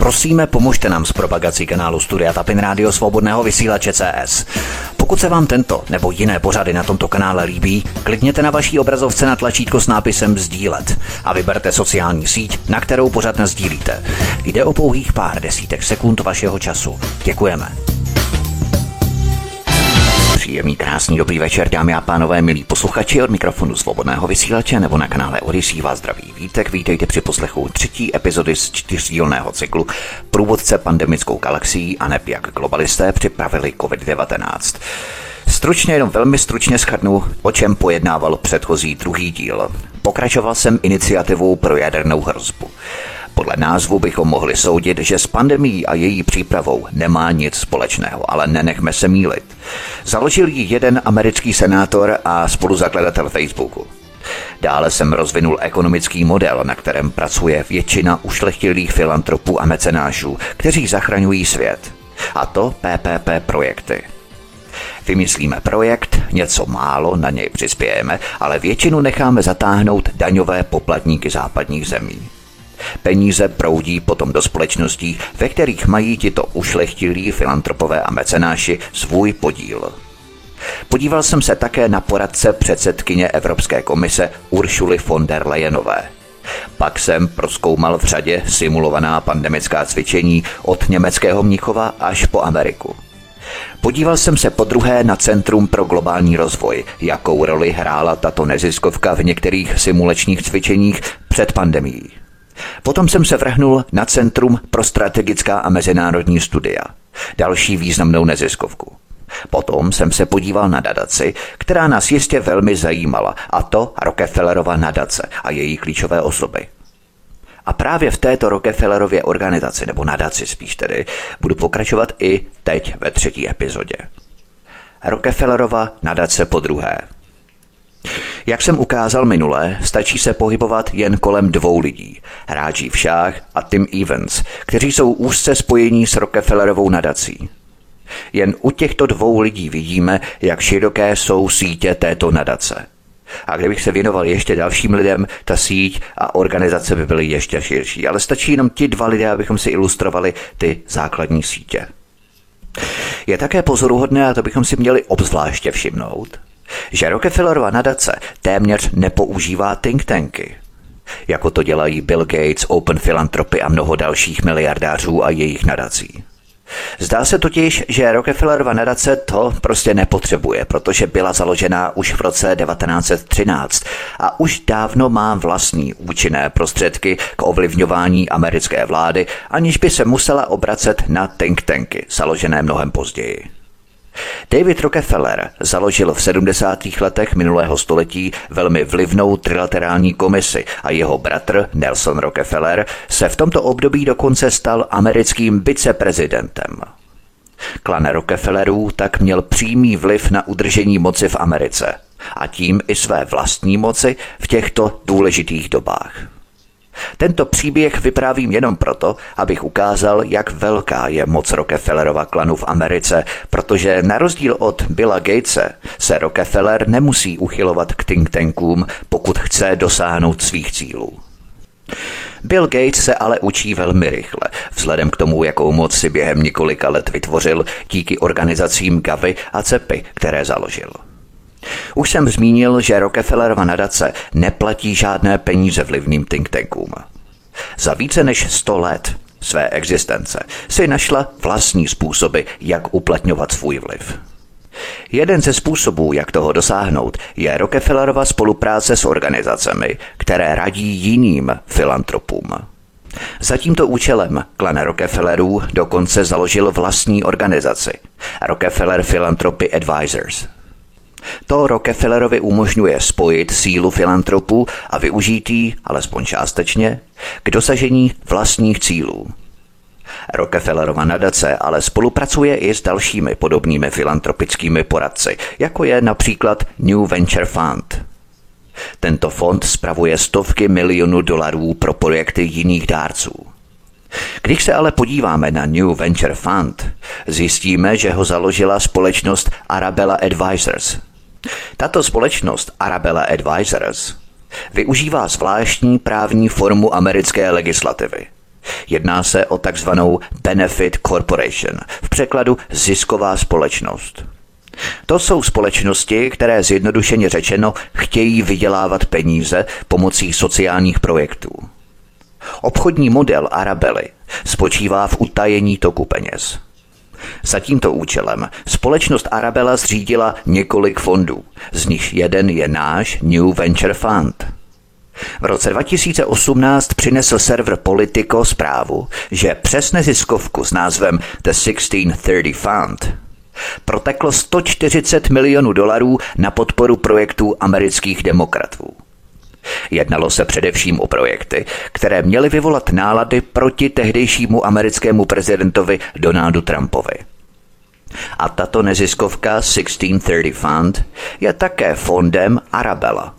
Prosíme, pomožte nám s propagací kanálu Studia Tapin Rádio Svobodného vysílače CS. Pokud se vám tento nebo jiné pořady na tomto kanále líbí, klikněte na vaší obrazovce na tlačítko s nápisem sdílet a vyberte sociální síť, na kterou pořad nasdílíte. Jde o pouhých pár desítek sekund vašeho času. Děkujeme. Příjemný, krásný, dobrý večer, dámy a pánové, milí posluchači, od mikrofonu Svobodného vysílače nebo na kanále Odyssey vás zdraví Vítek. Vítejte při poslechu 3. epizody z 4dílného cyklu Průvodce pandemickou galaxií a neb jak globalisté připravili COVID-19. Stručně, jenom velmi stručně shrnu, o čem pojednával předchozí druhý díl. Pokračoval jsem iniciativou pro jadernou hrozbu. Podle názvu bychom mohli soudit, že s pandemií a její přípravou nemá nic společného, ale nenechme se mýlit. Založil ji jeden americký senátor a spoluzakladatel Facebooku. Dále jsem rozvinul ekonomický model, na kterém pracuje většina ušlechtilých filantropů a mecenášů, kteří zachraňují svět. A to PPP projekty. Vymyslíme projekt, něco málo na něj přispějeme, ale většinu necháme zatáhnout daňové poplatníky západních zemí. Peníze proudí potom do společností, ve kterých mají tito ušlechtilí filantropové a mecenáši svůj podíl. Podíval jsem se také na poradce předsedkyně Evropské komise Ursuly von der Leyenové. Pak jsem prozkoumal v řadě simulovaná pandemická cvičení od německého Mnichova až po Ameriku. Podíval jsem se podruhé na Centrum pro globální rozvoj, jakou roli hrála tato neziskovka v některých simulačních cvičeních před pandemií. Potom jsem se vrhnul na Centrum pro strategická a mezinárodní studia, další významnou neziskovku. Potom jsem se podíval na nadaci, která nás jistě velmi zajímala, a to Rockefellerova nadace a její klíčové osoby. A právě v této Rockefellerově organizaci, nebo nadaci spíš tedy, budu pokračovat i teď ve 3. epizodě. Rockefellerova nadace podruhé. Jak jsem ukázal minule, stačí se pohybovat jen kolem 2 lidí, Rajiv Shah a Tim Evans, kteří jsou úzce spojení s Rockefellerovou nadací. Jen u těchto 2 lidí vidíme, jak široké jsou sítě této nadace. A kdybych se věnoval ještě dalším lidem, ta síť a organizace by byly ještě širší, ale stačí jenom ti 2 lidé, abychom si ilustrovali ty základní sítě. Je také pozoruhodné, a to bychom si měli obzvláště všimnout, že Rockefellerova nadace téměř nepoužívá think tanky, jako to dělají Bill Gates, Open Philanthropy a mnoho dalších miliardářů a jejich nadací. Zdá se totiž, že Rockefellerova nadace to prostě nepotřebuje, protože byla založena už v roce 1913 a už dávno má vlastní účinné prostředky k ovlivňování americké vlády, aniž by se musela obracet na think tanky, založené mnohem později. David Rockefeller založil v 70. letech minulého století velmi vlivnou trilaterální komisi a jeho bratr Nelson Rockefeller se v tomto období dokonce stal americkým viceprezidentem. Klan Rockefellerů tak měl přímý vliv na udržení moci v Americe a tím i své vlastní moci v těchto důležitých dobách. Tento příběh vyprávím jenom proto, abych ukázal, jak velká je moc Rockefellerova klanu v Americe, protože na rozdíl od Billa Gatese se Rockefeller nemusí uchylovat k think tankům, pokud chce dosáhnout svých cílů. Bill Gates se ale učí velmi rychle, vzhledem k tomu, jakou moc si během několika let vytvořil díky organizacím Gavi a CEPI, které založil. Už jsem zmínil, že Rockefellerova nadace neplatí žádné peníze vlivným think tankům. Za více než 100 let své existence si našla vlastní způsoby, jak uplatňovat svůj vliv. Jeden ze způsobů, jak toho dosáhnout, je Rockefellerova spolupráce s organizacemi, které radí jiným filantropům. Za tímto účelem klan Rockefellerů dokonce založil vlastní organizaci Rockefeller Philanthropy Advisors. To Rockefellerovi umožňuje spojit sílu filantropů a využít ji, alespoň částečně, k dosažení vlastních cílů. Rockefellerova nadace ale spolupracuje i s dalšími podobnými filantropickými poradci, jako je například New Venture Fund. Tento fond spravuje stovky milionů dolarů pro projekty jiných dárců. Když se ale podíváme na New Venture Fund, zjistíme, že ho založila společnost Arabella Advisors. Tato společnost Arabella Advisors využívá zvláštní právní formu americké legislativy. Jedná se o takzvanou Benefit Corporation, v překladu zisková společnost. To jsou společnosti, které zjednodušeně řečeno chtějí vydělávat peníze pomocí sociálních projektů. Obchodní model Arabely spočívá v utajení toku peněz. Za tímto účelem společnost Arabella zřídila několik fondů, z nich jeden je náš New Venture Fund. V roce 2018 přinesl server Politico zprávu, že přes neziskovku s názvem The 1630 Fund proteklo $140 milionů na podporu projektů amerických demokratů. Jednalo se především o projekty, které měly vyvolat nálady proti tehdejšímu americkému prezidentovi Donaldu Trumpovi. A tato neziskovka 1630 Fund je také fondem Arabella.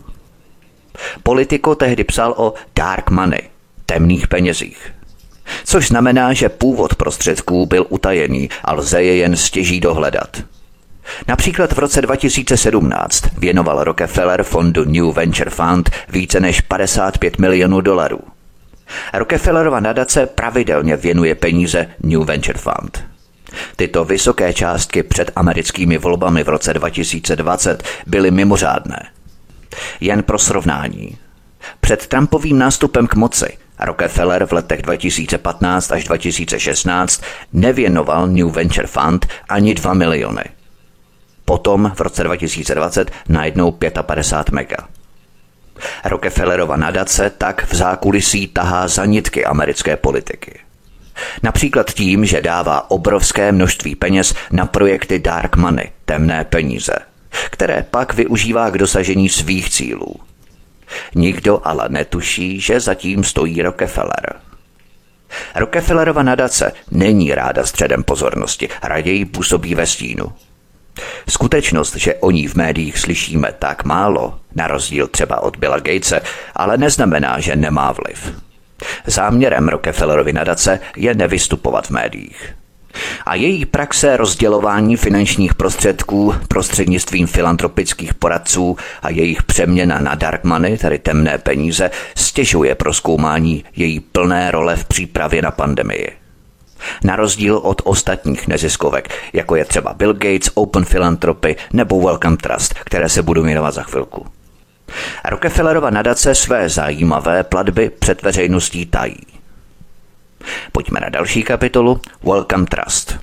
Politico tehdy psal o dark money, temných penězích. Což znamená, že původ prostředků byl utajený a lze je jen stěží dohledat. Například v roce 2017 věnoval Rockefeller fondu New Venture Fund více než $55 milionů. Rockefellerova nadace pravidelně věnuje peníze New Venture Fund. Tyto vysoké částky před americkými volbami v roce 2020 byly mimořádné. Jen pro srovnání. Před Trumpovým nástupem k moci Rockefeller v letech 2015 až 2016 nevěnoval New Venture Fund ani 2 miliony. Potom v roce 2020 najednou 55 mega. Rockefellerova nadace tak v zákulisí tahá za nitky americké politiky. Například tím, že dává obrovské množství peněz na projekty dark money, temné peníze, které pak využívá k dosažení svých cílů. Nikdo ale netuší, že zatím stojí Rockefeller. Rockefellerova nadace není ráda středem pozornosti, raději působí ve stínu. Skutečnost, že o ní v médiích slyšíme tak málo, na rozdíl třeba od Billa Gatese, ale neznamená, že nemá vliv. Záměrem Rockefellerovy nadace je nevystupovat v médiích. A její praxe rozdělování finančních prostředků prostřednictvím filantropických poradců a jejich přeměna na dark money, tedy temné peníze, stěžuje prozkoumání její plné role v přípravě na pandemii. Na rozdíl od ostatních neziskovek, jako je třeba Bill Gates, Open Philanthropy nebo Wellcome Trust, které se budu jmenovat za chvilku. Rockefellerova nadace své zajímavé platby před veřejností tají. Pojďme na další kapitolu Wellcome Trust.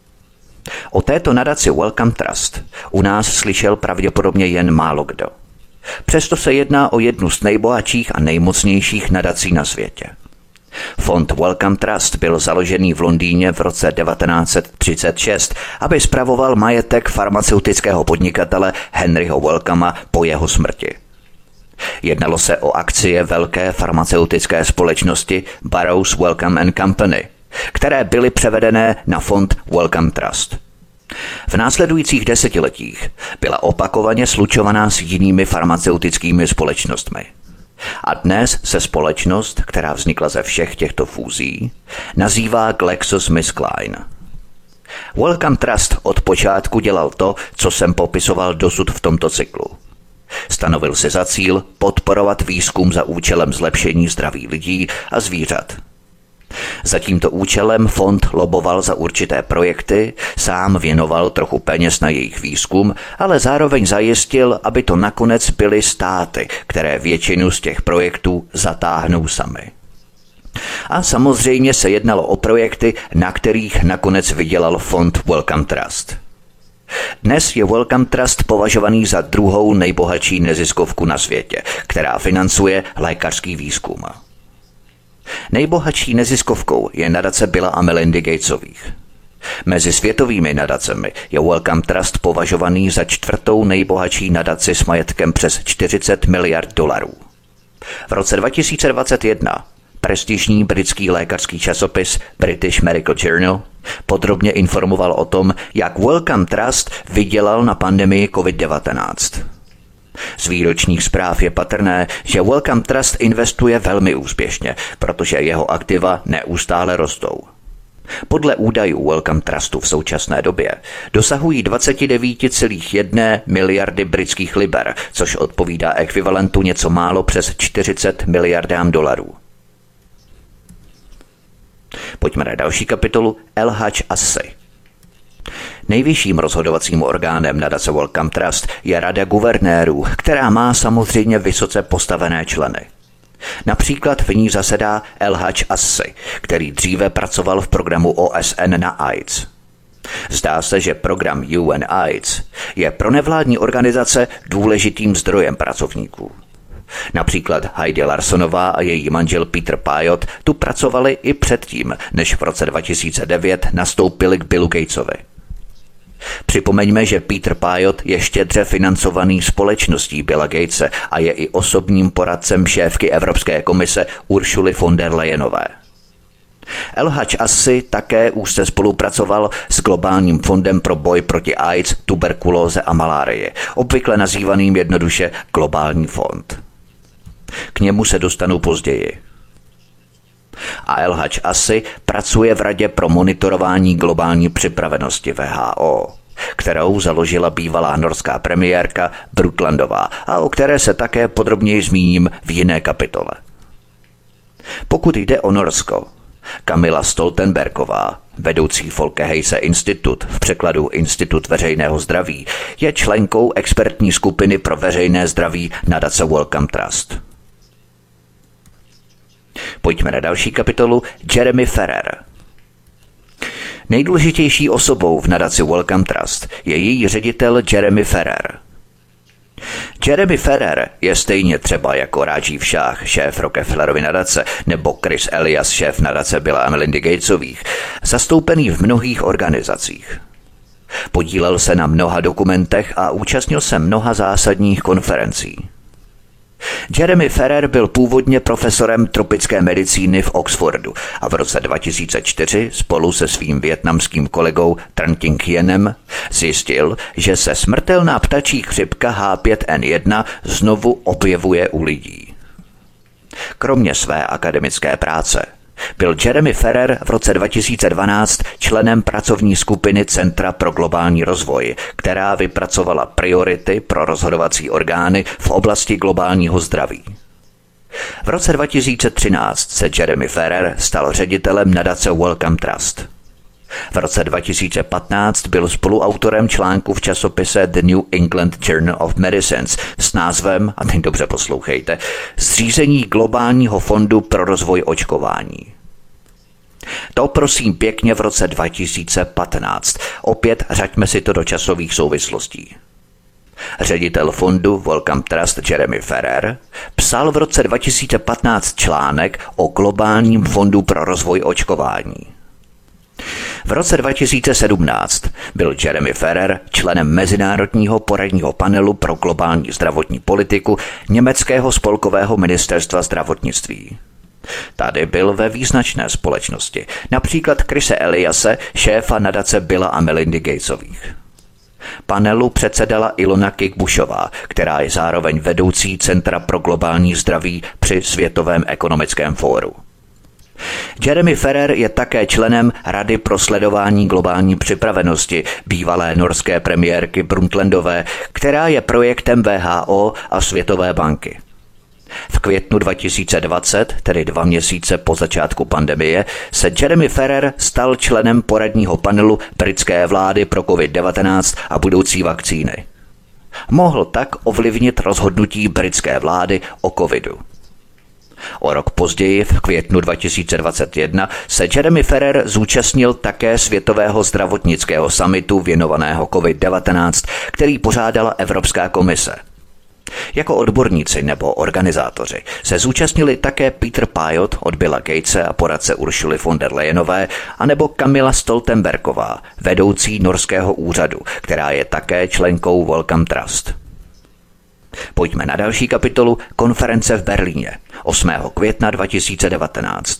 O této nadaci Wellcome Trust u nás slyšel pravděpodobně jen málo kdo. Přesto se jedná o jednu z nejbohatších a nejmocnějších nadací na světě. Fond Wellcome Trust byl založený v Londýně v roce 1936, aby spravoval majetek farmaceutického podnikatele Henryho Wellcoma po jeho smrti. Jednalo se o akcie velké farmaceutické společnosti Burroughs Wellcome and Company, které byly převedené na fond Wellcome Trust. V následujících desetiletích byla opakovaně slučovaná s jinými farmaceutickými společnostmi. A dnes se společnost, která vznikla ze všech těchto fúzí, nazývá GlaxoSmithKline. Wellcome Trust od počátku dělal to, co jsem popisoval dosud v tomto cyklu. Stanovil si za cíl podporovat výzkum za účelem zlepšení zdraví lidí a zvířat. Za tímto účelem fond loboval za určité projekty, sám věnoval trochu peněz na jejich výzkum, ale zároveň zajistil, aby to nakonec byly státy, které většinu z těch projektů zatáhnou sami. A samozřejmě se jednalo o projekty, na kterých nakonec vydělal fond Wellcome Trust. Dnes je Wellcome Trust považovaný za druhou nejbohatší neziskovku na světě, která financuje lékařský výzkum. Nejbohatší neziskovkou je nadace Billa a Melindy Gatesových. Mezi světovými nadacemi je Wellcome Trust považovaný za čtvrtou nejbohatší nadaci s majetkem přes $40 miliard. V roce 2021 prestižní britský lékařský časopis British Medical Journal podrobně informoval o tom, jak Wellcome Trust vydělal na pandemii COVID-19. Z výročních zpráv je patrné, že Wellcome Trust investuje velmi úspěšně, protože jeho aktiva neustále rostou. Podle údajů Wellcome Trustu v současné době dosahují 29,1 miliardy britských liber, což odpovídá ekvivalentu něco málo přes $40 miliardám. Pojďme na další kapitolu El-Hadž Assi. Nejvyšším rozhodovacím orgánem nadace Wellcome Trust je Rada guvernérů, která má samozřejmě vysoce postavené členy. Například v ní zasedá El-Hadž Assi, který dříve pracoval v programu OSN na AIDS. Zdá se, že program UNAIDS je pro nevládní organizace důležitým zdrojem pracovníků. Například Heidi Larsonová a její manžel Peter Pajot tu pracovali i předtím, než v roce 2009 nastoupili k Billu Gatesovi. Připomeňme, že Peter Pajot je štědře financovaný společností Billa Gatese a je i osobním poradcem šéfky Evropské komise Ursuly von der Leyenové. El-Hadž Assi také úzce spolupracoval s Globálním fondem pro boj proti AIDS, tuberkulóze a malárii, obvykle nazývaným jednoduše Globální fond. K němu se dostanu později. A El-Hadž Assi pracuje v Radě pro monitorování globální připravenosti WHO, kterou založila bývalá norská premiérka Brundtlandová a o které se také podrobněji zmíním v jiné kapitole. Pokud jde o Norsko, Camilla Stoltenbergová, vedoucí Folkehelse Institut, v překladu Institut veřejného zdraví, je členkou expertní skupiny pro veřejné zdraví nadace Wellcome Trust. Pojďme na další kapitolu Jeremy Ferrer. Nejdůležitější osobou v nadaci Wellcome Trust je její ředitel Jeremy Ferrer. Jeremy Ferrer je stejně třeba jako Rajiv Shah, šéf Rockefellerovy nadace, nebo Chris Elias, šéf nadace Billa a Melindy Gatesových, zastoupený v mnohých organizacích. Podílel se na mnoha dokumentech a účastnil se mnoha zásadních konferencí. Jeremy Ferrer byl původně profesorem tropické medicíny v Oxfordu a v roce 2004 spolu se svým vietnamským kolegou Tran Tinh Hienem zjistil, že se smrtelná ptačí chřipka H5N1 znovu objevuje u lidí. Kromě své akademické práce byl Jeremy Ferrer v roce 2012 členem pracovní skupiny Centra pro globální rozvoj, která vypracovala priority pro rozhodovací orgány v oblasti globálního zdraví. V roce 2013 se Jeremy Ferrer stal ředitelem nadace Wellcome Trust. V roce 2015 byl spoluautorem článku v časopise The New England Journal of Medicine s názvem, a teď dobře poslouchejte, Zřízení globálního fondu pro rozvoj očkování. To prosím pěkně v roce 2015. Opět řaďme si to do časových souvislostí. Ředitel fondu Wellcome Trust Jeremy Ferrer psal v roce 2015 článek o globálním fondu pro rozvoj očkování. V roce 2017 byl Jeremy Ferrer členem Mezinárodního poradního panelu pro globální zdravotní politiku německého spolkového ministerstva zdravotnictví. Tady byl ve význačné společnosti, například Chrise Eliase, šéfa nadace Billa a Melindy Gatesových. Panelu předsedala Ilona Kickbushová, která je zároveň vedoucí Centra pro globální zdraví při Světovém ekonomickém fóru. Jeremy Ferrer je také členem Rady pro sledování globální připravenosti bývalé norské premiérky Brundtlandové, která je projektem WHO a Světové banky. V květnu 2020, tedy 2 měsíce po začátku pandemie, se Jeremy Ferrer stal členem poradního panelu britské vlády pro COVID-19 a budoucí vakcíny. Mohl tak ovlivnit rozhodnutí britské vlády o covidu. O rok později, v květnu 2021, se Jeremy Ferrer zúčastnil také Světového zdravotnického summitu věnovaného COVID-19, který pořádala Evropská komise. Jako odborníci nebo organizátoři se zúčastnili také Peter Pajot od Billa Gatese a poradce Ursuly von der Leyenové anebo Camilla Stoltenbergová, vedoucí norského úřadu, která je také členkou Wellcome Trust. Pojďme na další kapitolu konference v Berlíně 8. května 2019.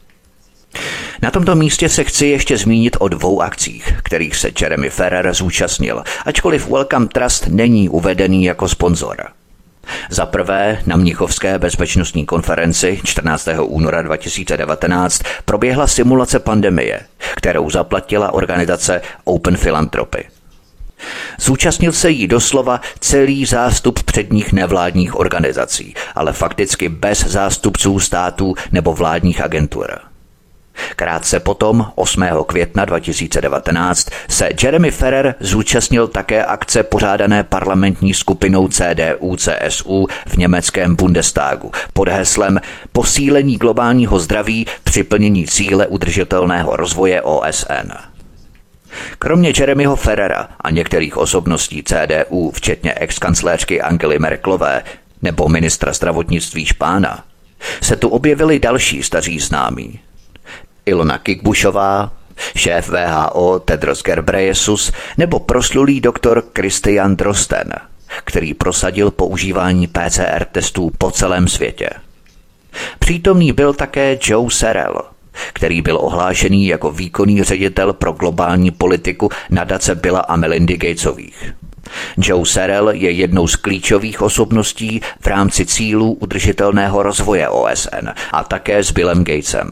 Na tomto místě se chci ještě zmínit o 2 akcích, kterých se Jeremy Ferrer zúčastnil, ačkoliv Wellcome Trust není uvedený jako sponzor. Za prvé na Mnichovské bezpečnostní konferenci 14. února 2019 proběhla simulace pandemie, kterou zaplatila organizace Open Philanthropy. Zúčastnil se jí doslova celý zástup předních nevládních organizací, ale fakticky bez zástupců států nebo vládních agentur. Krátce potom, 8. května 2019, se Jeremy Ferrer zúčastnil také akce pořádané parlamentní skupinou CDU-CSU v německém Bundestagu pod heslem Posílení globálního zdraví při plnění cíle udržitelného rozvoje OSN. Kromě Jeremyho Ferrera a některých osobností CDU, včetně ex-kancléřky Angely Merkelové nebo ministra zdravotnictví Spahna, se tu objevili další staří známí. Ilona Kickbušová, šéf WHO Tedros Ghebreyesus nebo proslulý doktor Christian Drosten, který prosadil používání PCR testů po celém světě. Přítomný byl také Joe Serrell, který byl ohlášený jako výkonný ředitel pro globální politiku nadace Billa a Melindy Gatesových. Joe Serrell je jednou z klíčových osobností v rámci cílů udržitelného rozvoje OSN a také s Billem Gatesem.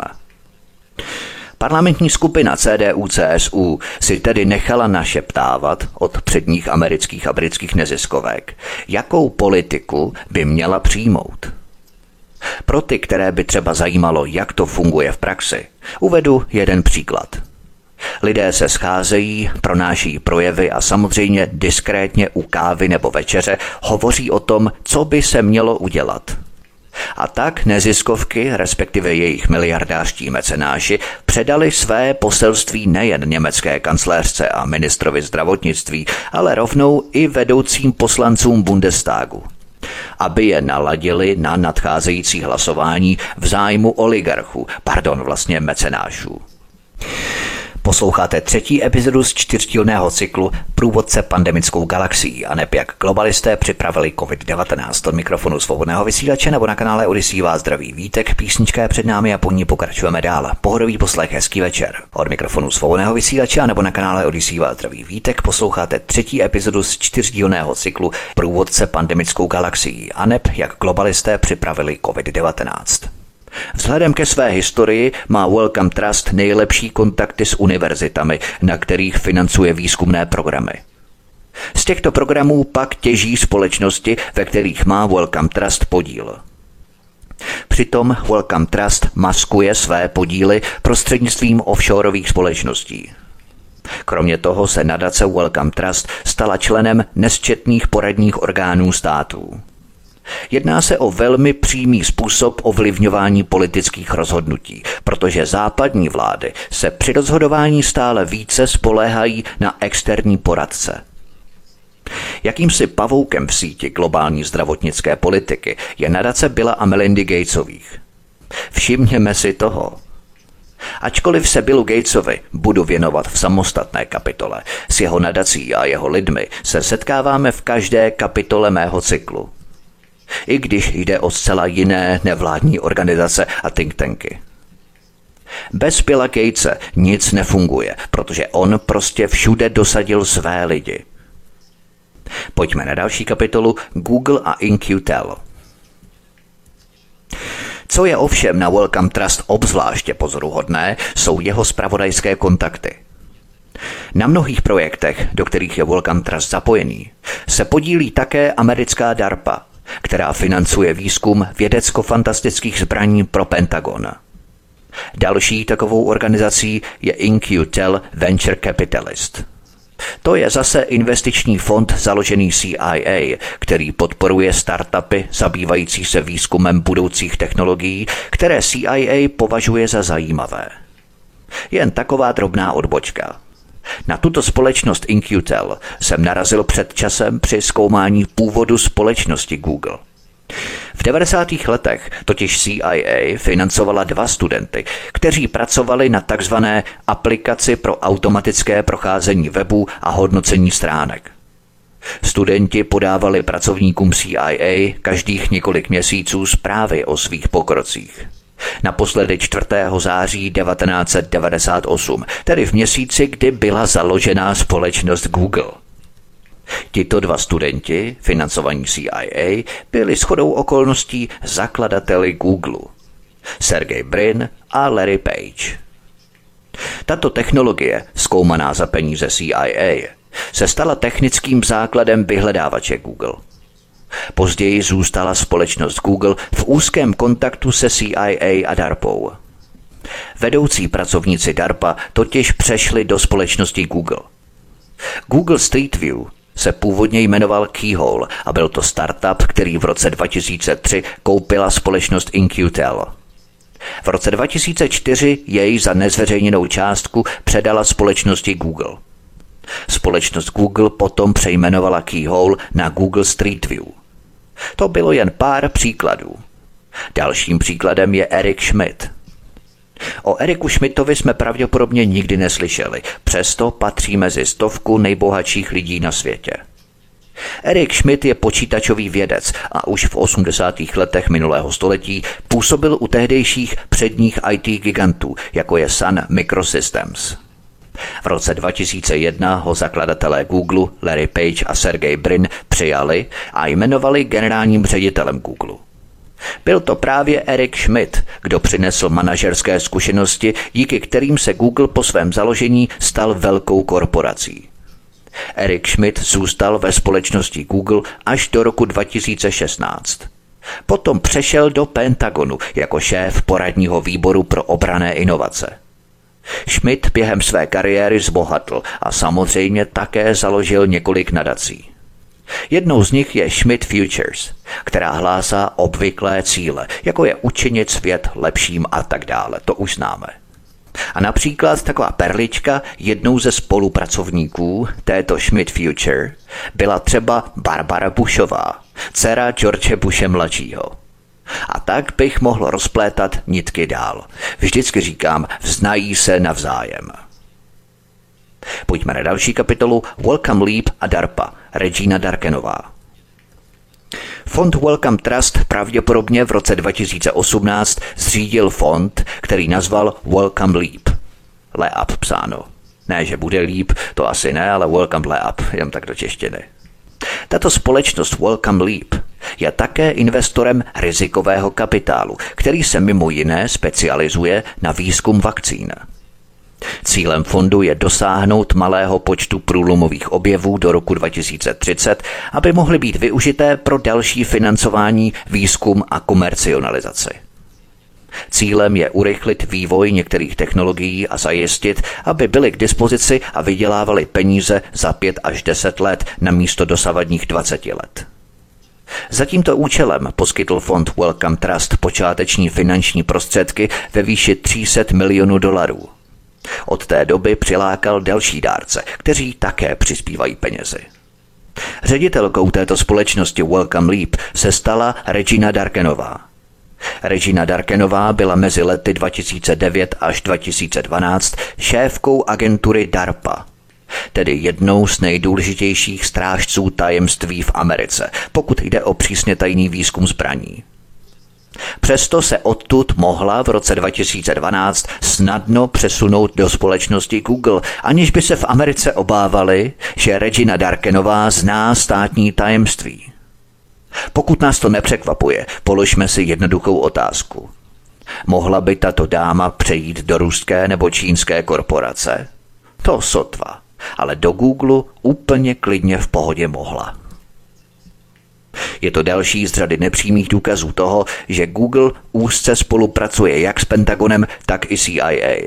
Parlamentní skupina CDU-CSU si tedy nechala našeptávat od předních amerických a britských neziskovek, jakou politiku by měla přijmout. Pro ty, které by třeba zajímalo, jak to funguje v praxi, uvedu jeden příklad. Lidé se scházejí, pronáší projevy a samozřejmě diskrétně u kávy nebo večeře hovoří o tom, co by se mělo udělat. A tak neziskovky, respektive jejich miliardářští mecenáši, předali své poselství nejen německé kancléřce a ministrovi zdravotnictví, ale rovnou i vedoucím poslancům Bundestagu, aby je naladili na nadcházející hlasování v zájmu mecenášů. Posloucháte třetí epizodu z 4dílného cyklu Průvodce pandemickou galaxií a neb jak globalisté připravili COVID-19. Od mikrofonu Svobodného vysílače nebo na kanále Odyssey vás zdraví Vítek, písnička je před námi a po ní pokračujeme dál. Pohodový poslech, hezký večer. Od mikrofonu Svobodného vysílače nebo na kanále Odyssey vás zdraví Vítek, posloucháte třetí epizodu z 4dílného cyklu Průvodce pandemickou galaxií a neb jak globalisté připravili COVID-19. Vzhledem ke své historii má Wellcome Trust nejlepší kontakty s univerzitami, na kterých financuje výzkumné programy. Z těchto programů pak těží společnosti, ve kterých má Wellcome Trust podíl. Přitom Wellcome Trust maskuje své podíly prostřednictvím offshoreových společností. Kromě toho se nadace Wellcome Trust stala členem nesčetných poradních orgánů států. Jedná se o velmi přímý způsob ovlivňování politických rozhodnutí, protože západní vlády se při rozhodování stále více spoléhají na externí poradce. Jakýmsi pavoukem v síti globální zdravotnické politiky je nadace Billa a Melindy Gatesových. Všimněme si toho. Ačkoliv se Billu Gatesovi budu věnovat v samostatné kapitole, s jeho nadací a jeho lidmi se setkáváme v každé kapitole mého cyklu. I když jde o zcela jiné nevládní organizace a think tanky. Bez Billa Gatese nic nefunguje, protože on prostě všude dosadil své lidi. Pojďme na další kapitolu Google a In-Q-Tel. Co je ovšem na Wellcome Trust obzvláště pozoruhodné, jsou jeho zpravodajské kontakty. Na mnohých projektech, do kterých je Wellcome Trust zapojený, se podílí také americká DARPA, která financuje výzkum vědecko-fantastických zbraní pro Pentagon. Další takovou organizací je In-Q-Tel Venture Capitalist. To je zase investiční fond založený CIA, který podporuje startupy zabývající se výzkumem budoucích technologií, které CIA považuje za zajímavé. Jen taková drobná odbočka. Na tuto společnost In-Q-Tel jsem narazil před časem při zkoumání původu společnosti Google. V 90. letech totiž CIA financovala 2 studenty, kteří pracovali na takzvané aplikaci pro automatické procházení webu a hodnocení stránek. Studenti podávali pracovníkům CIA každých několik měsíců zprávy o svých pokrocích. Naposledy 4. září 1998, tedy v měsíci, kdy byla založená společnost Google. Tito 2 studenti, financovaní CIA, byli shodou okolností zakladateli Google. Sergey Brin a Larry Page. Tato technologie, zkoumaná za peníze CIA, se stala technickým základem vyhledávače Google. Později zůstala společnost Google v úzkém kontaktu se CIA a DARPou. Vedoucí pracovníci DARPA totiž přešli do společnosti Google. Google Street View se původně jmenoval Keyhole a byl to startup, který v roce 2003 koupila společnost In-Q-Tel. V roce 2004 jej za nezveřejněnou částku předala společnosti Google. Společnost Google potom přejmenovala Keyhole na Google Street View. To bylo jen pár příkladů. Dalším příkladem je Eric Schmidt. O Ericu Schmidtovi jsme pravděpodobně nikdy neslyšeli, přesto patří mezi 100 nejbohatších lidí na světě. Eric Schmidt je počítačový vědec a už v 80. letech minulého století působil u tehdejších předních IT gigantů, jako je Sun Microsystems. V roce 2001 ho zakladatelé Google Larry Page a Sergey Brin přijali a jmenovali generálním ředitelem Google. Byl to právě Eric Schmidt, kdo přinesl manažerské zkušenosti, díky kterým se Google po svém založení stal velkou korporací. Eric Schmidt zůstal ve společnosti Google až do roku 2016. Potom přešel do Pentagonu jako šéf poradního výboru pro obranné inovace. Schmidt během své kariéry zbohatl a samozřejmě také založil několik nadací. Jednou z nich je Schmidt Futures, která hlásá obvyklé cíle, jako je učinit svět lepším a tak dále. To už známe. A například taková perlička, jednou ze spolupracovníků této Schmidt Future byla třeba Barbara Bushová, dcera George Bushe mladšího. A tak bych mohl rozplétat nitky dál. Vždycky říkám, vznají se navzájem. Pojďme na další kapitolu Wellcome Leap a DARPA, Regina Darkenová. Fond Wellcome Trust pravděpodobně v roce 2018 zřídil fond, který nazval Wellcome Leap. Leap psáno. Ne, že bude líp, to asi ne, ale Wellcome Leap, jen tak do češtiny. Tato společnost Wellcome Leap je také investorem rizikového kapitálu, který se mimo jiné specializuje na výzkum vakcín. Cílem fondu je dosáhnout malého počtu průlomových objevů do roku 2030, aby mohly být využité pro další financování, výzkum a komercionalizaci. Cílem je urychlit vývoj některých technologií a zajistit, aby byly k dispozici a vydělávaly peníze za 5 až 10 let namísto dosavadních 20 let. Za tímto účelem poskytl fond Wellcome Trust počáteční finanční prostředky ve výši $300 milionů. Od té doby přilákal další dárce, kteří také přispívají penězi. Ředitelkou této společnosti Wellcome Leap se stala Regina Darkenová. Regina Darkenová byla mezi lety 2009 až 2012 šéfkou agentury DARPA, tedy jednou z nejdůležitějších strážců tajemství v Americe, pokud jde o přísně tajný výzkum zbraní. Přesto se odtud mohla v roce 2012 snadno přesunout do společnosti Google, aniž by se v Americe obávali, že Regina Darkenová zná státní tajemství. Pokud nás to nepřekvapuje, položme si jednoduchou otázku. Mohla by tato dáma přejít do ruské nebo čínské korporace? To sotva, ale do Google úplně klidně v pohodě mohla. Je to další z řady nepřímých důkazů toho, že Google úzce spolupracuje jak s Pentagonem, tak i CIA.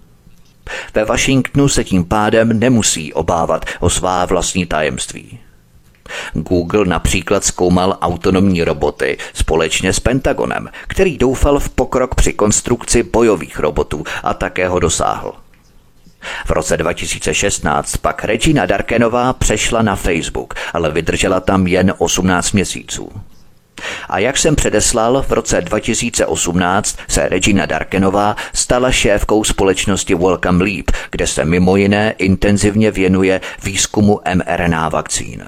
Ve Washingtonu se tím pádem nemusí obávat o svá vlastní tajemství. Google například zkoumal autonomní roboty společně s Pentagonem, který doufal v pokrok při konstrukci bojových robotů a také ho dosáhl. V roce 2016 pak Regina Darkenová přešla na Facebook, ale vydržela tam jen 18 měsíců. A jak jsem předeslal, v roce 2018 se Regina Darkenová stala šéfkou společnosti Wellcome Leap, kde se mimo jiné intenzivně věnuje výzkumu mRNA vakcín.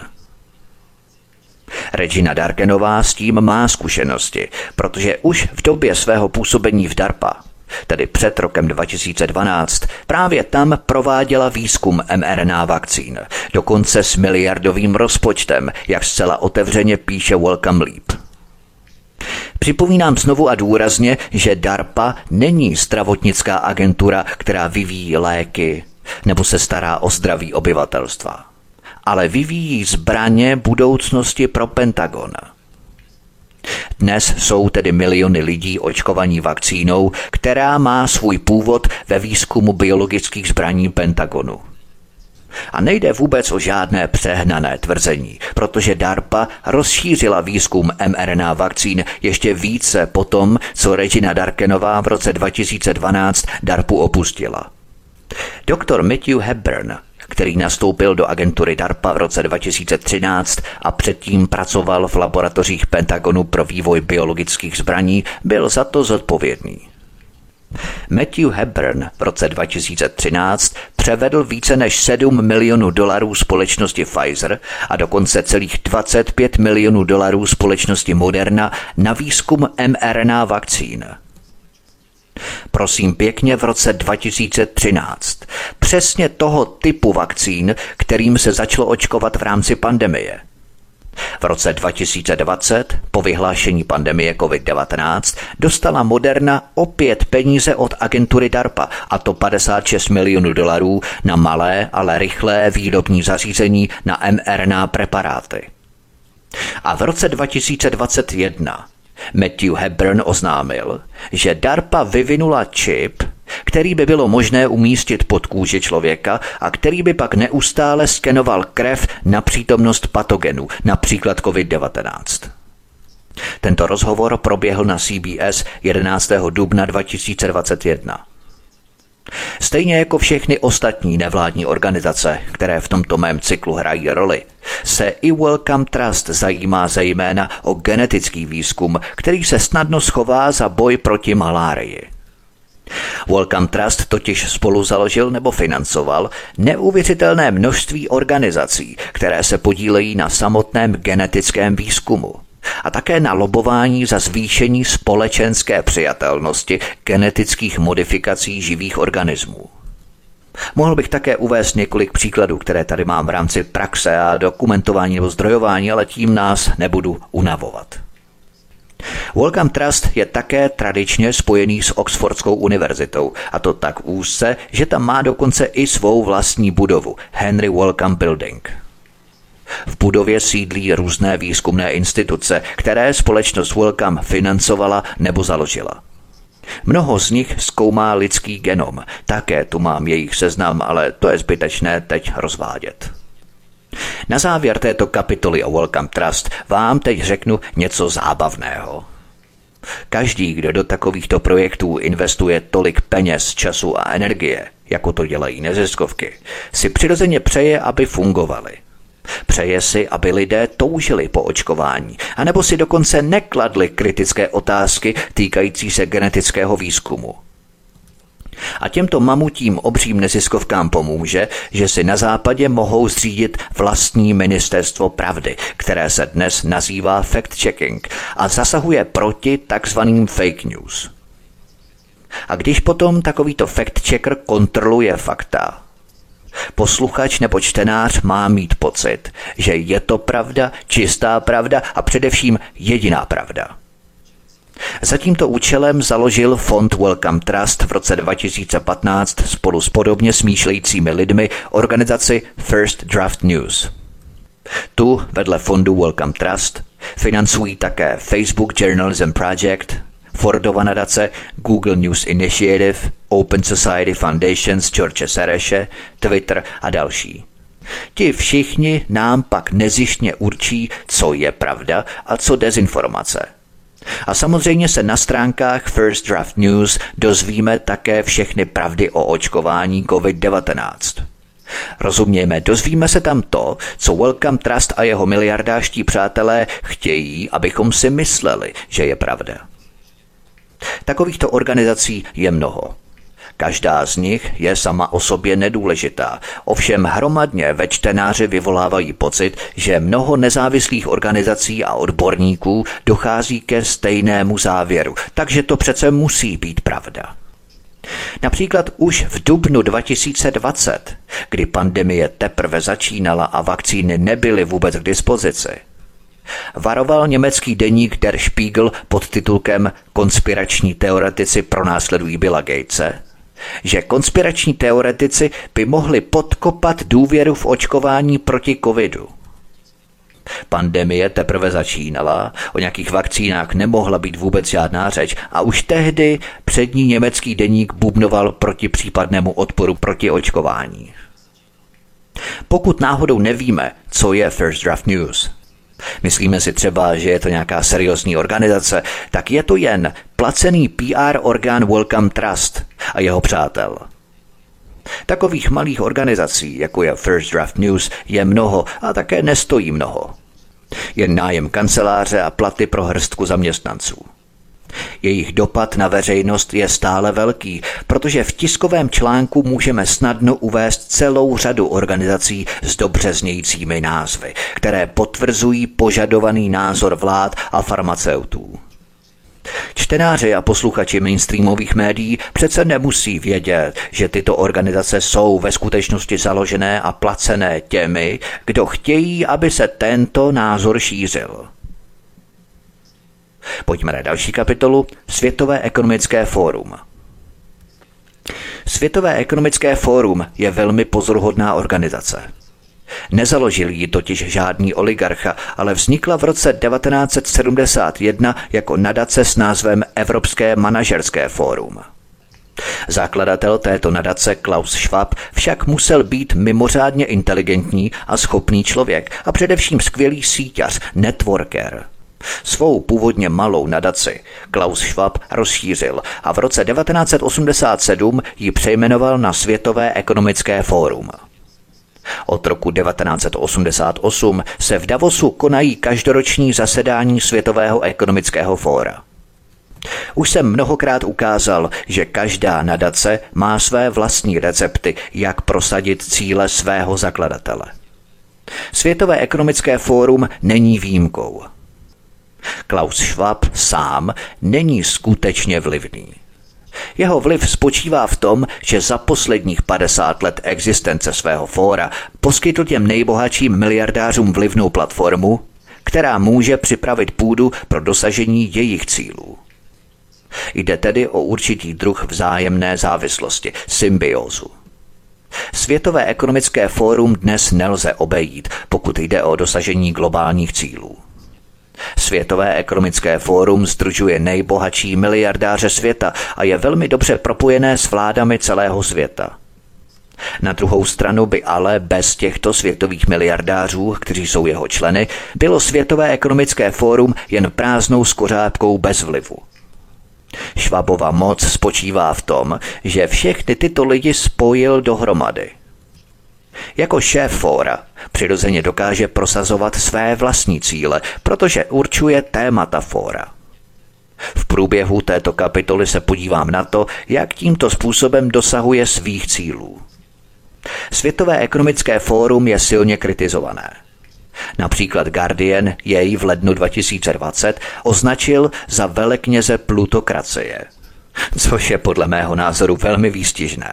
Regina Darkenová s tím má zkušenosti, protože už v době svého působení v DARPA, tedy před rokem 2012, právě tam prováděla výzkum mRNA vakcín, dokonce s miliardovým rozpočtem, jak zcela otevřeně píše Wellcome Leap. Připomínám znovu a důrazně, že DARPA není zdravotnická agentura, která vyvíjí léky nebo se stará o zdraví obyvatelstva, ale vyvíjí zbraně budoucnosti pro Pentagon. Dnes jsou tedy miliony lidí očkovaní vakcínou, která má svůj původ ve výzkumu biologických zbraní Pentagonu. A nejde vůbec o žádné přehnané tvrzení, protože DARPA rozšířila výzkum mRNA vakcín ještě více po tom, co Regina Darkenová v roce 2012 DARPu opustila. Dr. Matthew Hepburn, který nastoupil do agentury DARPA v roce 2013 a předtím pracoval v laboratořích Pentagonu pro vývoj biologických zbraní, byl za to zodpovědný. Matthew Hepburn v roce 2013 převedl více než $7 milionů společnosti Pfizer a dokonce celých $25 milionů společnosti Moderna na výzkum mRNA vakcín. Prosím pěkně, v roce 2013. Přesně toho typu vakcín, kterým se začalo očkovat v rámci pandemie. V roce 2020, po vyhlášení pandemie COVID-19, dostala Moderna opět peníze od agentury DARPA, a to $56 milionů na malé, ale rychlé výrobní zařízení na mRNA preparáty. A v roce 2021 Matthew Hepburn oznámil, že DARPA vyvinula čip, který by bylo možné umístit pod kůži člověka a který by pak neustále skenoval krev na přítomnost patogenů, například COVID-19. Tento rozhovor proběhl na CBS 11. dubna 2021. Stejně jako všechny ostatní nevládní organizace, které v tomto mém cyklu hrají roli, se i Wellcome Trust zajímá zejména o genetický výzkum, který se snadno schová za boj proti malárii. Wellcome Trust totiž spolu založil nebo financoval neuvěřitelné množství organizací, které se podílejí na samotném genetickém výzkumu a také na lobování za zvýšení společenské přijatelnosti genetických modifikací živých organismů. Mohl bych také uvést několik příkladů, které tady mám v rámci praxe a dokumentování nebo zdrojování, ale tím nás nebudu unavovat. Wellcome Trust je také tradičně spojený s Oxfordskou univerzitou, a to tak úzce, že tam má dokonce i svou vlastní budovu, Henry Wellcome Building. V budově sídlí různé výzkumné instituce, které společnost Wellcome financovala nebo založila. Mnoho z nich zkoumá lidský genom, také tu mám jejich seznam, ale to je zbytečné teď rozvádět. Na závěr této kapitoly o Wellcome Trust vám teď řeknu něco zábavného. Každý, kdo do takovýchto projektů investuje tolik peněz, času a energie, jako to dělají neziskovky, si přirozeně přeje, aby fungovaly. Přeje si, aby lidé toužili po očkování, anebo si dokonce nekladli kritické otázky týkající se genetického výzkumu. A těmto mamutím obřím neziskovkám pomůže, že si na západě mohou zřídit vlastní ministerstvo pravdy, které se dnes nazývá fact-checking a zasahuje proti takzvaným fake news. A když potom takovýto fact-checker kontroluje fakta, posluchač nebo čtenář má mít pocit, že je to pravda, čistá pravda a především jediná pravda. Za tímto účelem založil fond Wellcome Trust v roce 2015 spolu s podobně smýšlejícími lidmi organizaci First Draft News. Tu vedle fondu Wellcome Trust financují také Facebook Journalism Project, Fordova nadace, Google News Initiative, Open Society Foundation z George Soreše, Twitter a další. Ti všichni nám pak nezištně určí, co je pravda a co dezinformace. A samozřejmě se na stránkách First Draft News dozvíme také všechny pravdy o očkování COVID-19. Rozumějme, dozvíme se tam to, co Wellcome Trust a jeho miliardářští přátelé chtějí, abychom si mysleli, že je pravda. Takovýchto organizací je mnoho. Každá z nich je sama o sobě nedůležitá, ovšem hromadně ve čtenáři vyvolávají pocit, že mnoho nezávislých organizací a odborníků dochází ke stejnému závěru, takže to přece musí být pravda. Například už v dubnu 2020, kdy pandemie teprve začínala a vakcíny nebyly vůbec k dispozici, varoval německý deník Der Spiegel pod titulkem Konspirační teoretici pronásledují Billa Gatese, že konspirační teoretici by mohli podkopat důvěru v očkování proti covidu. Pandemie teprve začínala, o nějakých vakcínách nemohla být vůbec žádná řeč a už tehdy přední německý deník bubnoval proti případnému odporu proti očkování. Pokud náhodou nevíme, co je First Draft News, myslíme si třeba, že je to nějaká seriózní organizace, tak je to jen placený PR orgán Wellcome Trust a jeho přátel. Takových malých organizací, jako je First Draft News, je mnoho a také nestojí mnoho. Jen nájem kanceláře a platy pro hrstku zaměstnanců. Jejich dopad na veřejnost je stále velký, protože v tiskovém článku můžeme snadno uvést celou řadu organizací s dobře znějícími názvy, které potvrzují požadovaný názor vlád a farmaceutů. Čtenáři a posluchači mainstreamových médií přece nemusí vědět, že tyto organizace jsou ve skutečnosti založené a placené těmi, kdo chtějí, aby se tento názor šířil. Pojďme na další kapitolu. Světové ekonomické fórum. Světové ekonomické fórum je velmi pozoruhodná organizace. Nezaložil ji totiž žádný oligarcha, ale vznikla v roce 1971 jako nadace s názvem Evropské manažerské fórum. Zakladatel této nadace Klaus Schwab však musel být mimořádně inteligentní a schopný člověk a především skvělý síťař, networker. Svou původně malou nadaci Klaus Schwab rozšířil a v roce 1987 ji přejmenoval na Světové ekonomické fórum. Od roku 1988 se v Davosu konají každoroční zasedání Světového ekonomického fóra. Už jsem mnohokrát ukázal, že každá nadace má své vlastní recepty, jak prosadit cíle svého zakladatele. Světové ekonomické fórum není výjimkou. Klaus Schwab sám není skutečně vlivný. Jeho vliv spočívá v tom, že za posledních 50 let existence svého fóra poskytl těm nejbohatším miliardářům vlivnou platformu, která může připravit půdu pro dosažení jejich cílů. Jde tedy o určitý druh vzájemné závislosti, symbiózu. Světové ekonomické fórum dnes nelze obejít, pokud jde o dosažení globálních cílů. Světové ekonomické fórum sdružuje nejbohatší miliardáře světa a je velmi dobře propojené s vládami celého světa. Na druhou stranu by ale bez těchto světových miliardářů, kteří jsou jeho členy, bylo Světové ekonomické fórum jen prázdnou skořápkou bez vlivu. Schwabova moc spočívá v tom, že všechny tyto lidi spojil dohromady. Jako šéf fóra přirozeně dokáže prosazovat své vlastní cíle, protože určuje témata fóra. V průběhu této kapitoly se podívám na to, jak tímto způsobem dosahuje svých cílů. Světové ekonomické fórum je silně kritizované. Například Guardian jej v lednu 2020 označil za velekněze plutokracie, což je podle mého názoru velmi výstižné.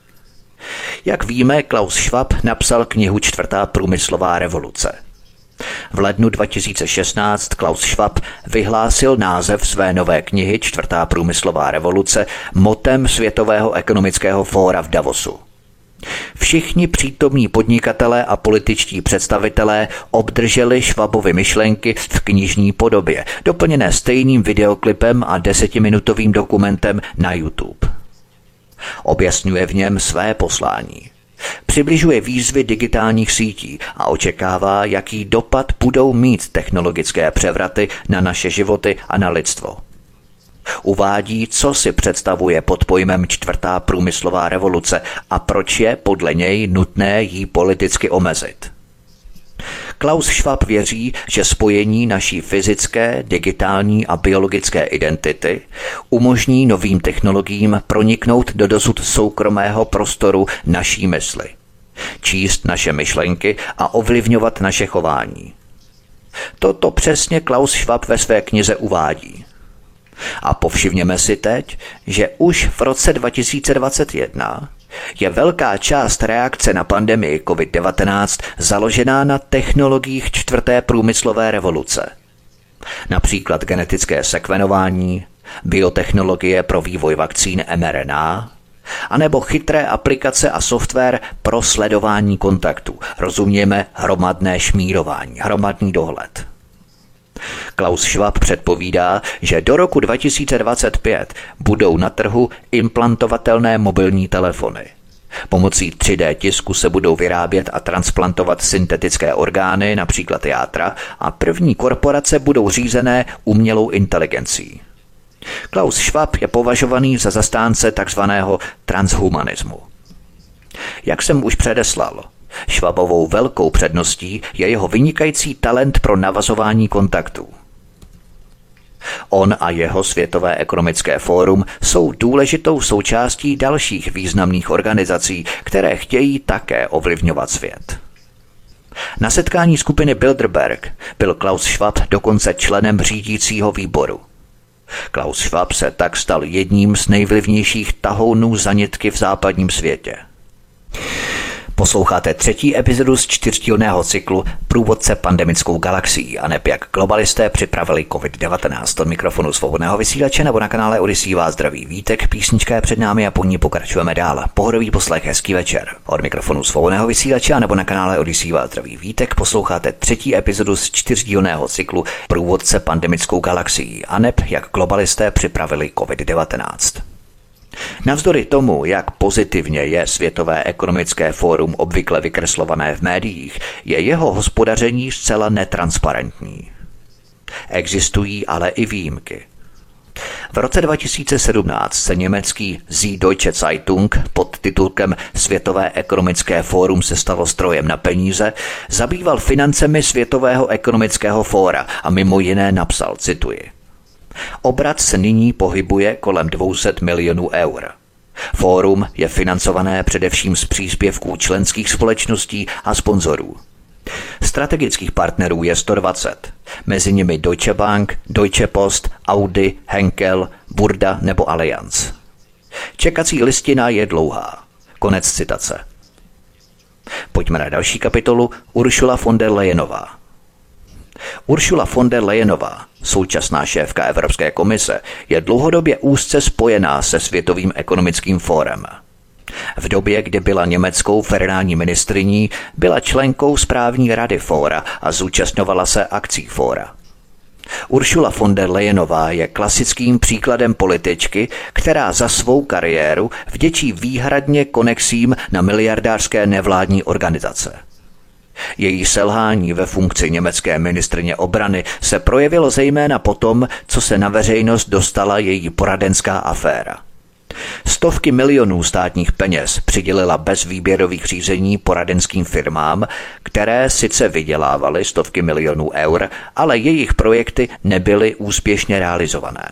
Jak víme, Klaus Schwab napsal knihu Čtvrtá průmyslová revoluce. V lednu 2016 Klaus Schwab vyhlásil název své nové knihy Čtvrtá průmyslová revoluce motem Světového ekonomického fóra v Davosu. Všichni přítomní podnikatelé a političtí představitelé obdrželi Schwabovy myšlenky v knižní podobě, doplněné stejným videoklipem a 10minutovým dokumentem na YouTube. Objasňuje v něm své poslání. Přibližuje výzvy digitálních sítí a očekává, jaký dopad budou mít technologické převraty na naše životy a na lidstvo. Uvádí, co si představuje pod pojmem Čtvrtá průmyslová revoluce a proč je podle něj nutné ji politicky omezit. Klaus Schwab věří, že spojení naší fyzické, digitální a biologické identity umožní novým technologiím proniknout do dosud soukromého prostoru naší mysli, číst naše myšlenky a ovlivňovat naše chování. Toto přesně Klaus Schwab ve své knize uvádí. A povšimněme si teď, že už v roce 2021 je velká část reakce na pandemii COVID-19 založená na technologiích čtvrté průmyslové revoluce. Například genetické sekvenování, biotechnologie pro vývoj vakcín mRNA, A nebo chytré aplikace a software pro sledování kontaktů. Rozumějme hromadné šmírování, hromadný dohled. Klaus Schwab předpovídá, že do roku 2025 budou na trhu implantovatelné mobilní telefony. Pomocí 3D tisku se budou vyrábět a transplantovat syntetické orgány, například játra, a první korporace budou řízené umělou inteligencí. Klaus Schwab je považovaný za zastánce takzvaného transhumanismu. Jak jsem už předeslal, Schwabovou velkou předností je jeho vynikající talent pro navazování kontaktů. On a jeho Světové ekonomické fórum jsou důležitou součástí dalších významných organizací, které chtějí také ovlivňovat svět. Na setkání skupiny Bilderberg byl Klaus Schwab dokonce členem řídícího výboru. Klaus Schwab se tak stal jedním z nejvlivnějších tahounů za nitky v západním světě. Posloucháte 3. epizodu z 4dílného cyklu Průvodce pandemickou galaxií a neb jak globalisté připravili COVID-19. Od mikrofonu Svobodného vysílače nebo na kanále Odyssey vás zdraví Vítek, písnička je před námi a po ní pokračujeme dál. Pohodový poslech, hezký večer. Od mikrofonu Svobodného vysílače a nebo na kanále Odyssey vás zdraví Vítek, posloucháte 3. epizodu z 4dílného cyklu Průvodce pandemickou galaxií a neb jak globalisté připravili COVID-19. Navzdory tomu, jak pozitivně je Světové ekonomické fórum obvykle vykreslované v médiích, je jeho hospodaření zcela netransparentní. Existují ale i výjimky. V roce 2017 se německý Süddeutsche Zeitung pod titulkem Světové ekonomické fórum se stalo strojem na peníze zabýval financemi Světového ekonomického fóra a mimo jiné napsal, cituji: Obrat se nyní pohybuje kolem 200 milionů eur. Fórum je financované především z příspěvků členských společností a sponzorů. Strategických partnerů je 120, mezi nimi Deutsche Bank, Deutsche Post, Audi, Henkel, Burda nebo Allianz. Čekací listina je dlouhá. Konec citace. Pojďme na další kapitolu. Ursula von der Leyenová. Ursula von der Leyenová, současná šéfka Evropské komise, je dlouhodobě úzce spojená se Světovým ekonomickým fórem. V době, kdy byla německou federální ministryní, byla členkou správní rady fóra a zúčastňovala se akcí fóra. Ursula von der Leyenová je klasickým příkladem političky, která za svou kariéru vděčí výhradně konexím na miliardářské nevládní organizace. Její selhání ve funkci německé ministryně obrany se projevilo zejména potom, co se na veřejnost dostala její poradenská aféra. Stovky milionů státních peněz přidělila bez výběrových řízení poradenským firmám, které sice vydělávaly stovky milionů eur, ale jejich projekty nebyly úspěšně realizované.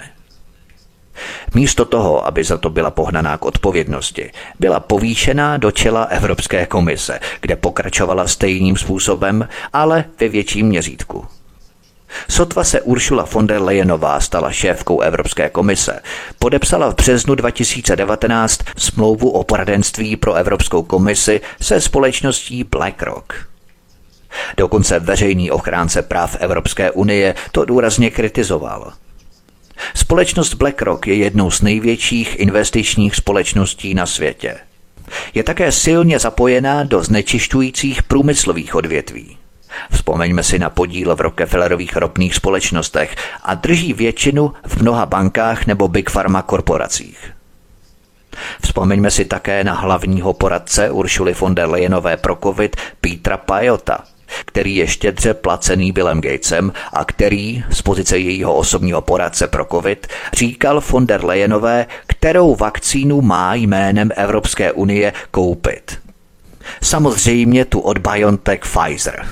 Místo toho, aby za to byla pohnaná k odpovědnosti, byla povýšená do čela Evropské komise, kde pokračovala stejným způsobem, ale ve větším měřítku. Sotva se Ursula von der Leyenová stala šéfkou Evropské komise, podepsala v březnu 2019 smlouvu o poradenství pro Evropskou komisi se společností BlackRock. Dokonce veřejný ochránce práv Evropské unie to důrazně kritizoval. Společnost BlackRock je jednou z největších investičních společností na světě. Je také silně zapojená do znečišťujících průmyslových odvětví. Vzpomeňme si na podíl v Rockefellerových ropných společnostech a drží většinu v mnoha bankách nebo Big Pharma korporacích. Vzpomeňme si také na hlavního poradce Ursuly von der Leyenové pro COVID Petera Pajota, který je štědře placený Billem Gatesem a který z pozice jejího osobního poradce pro COVID říkal von der Leyenové, kterou vakcínu má jménem Evropské unie koupit. Samozřejmě tu od BioNTech Pfizer.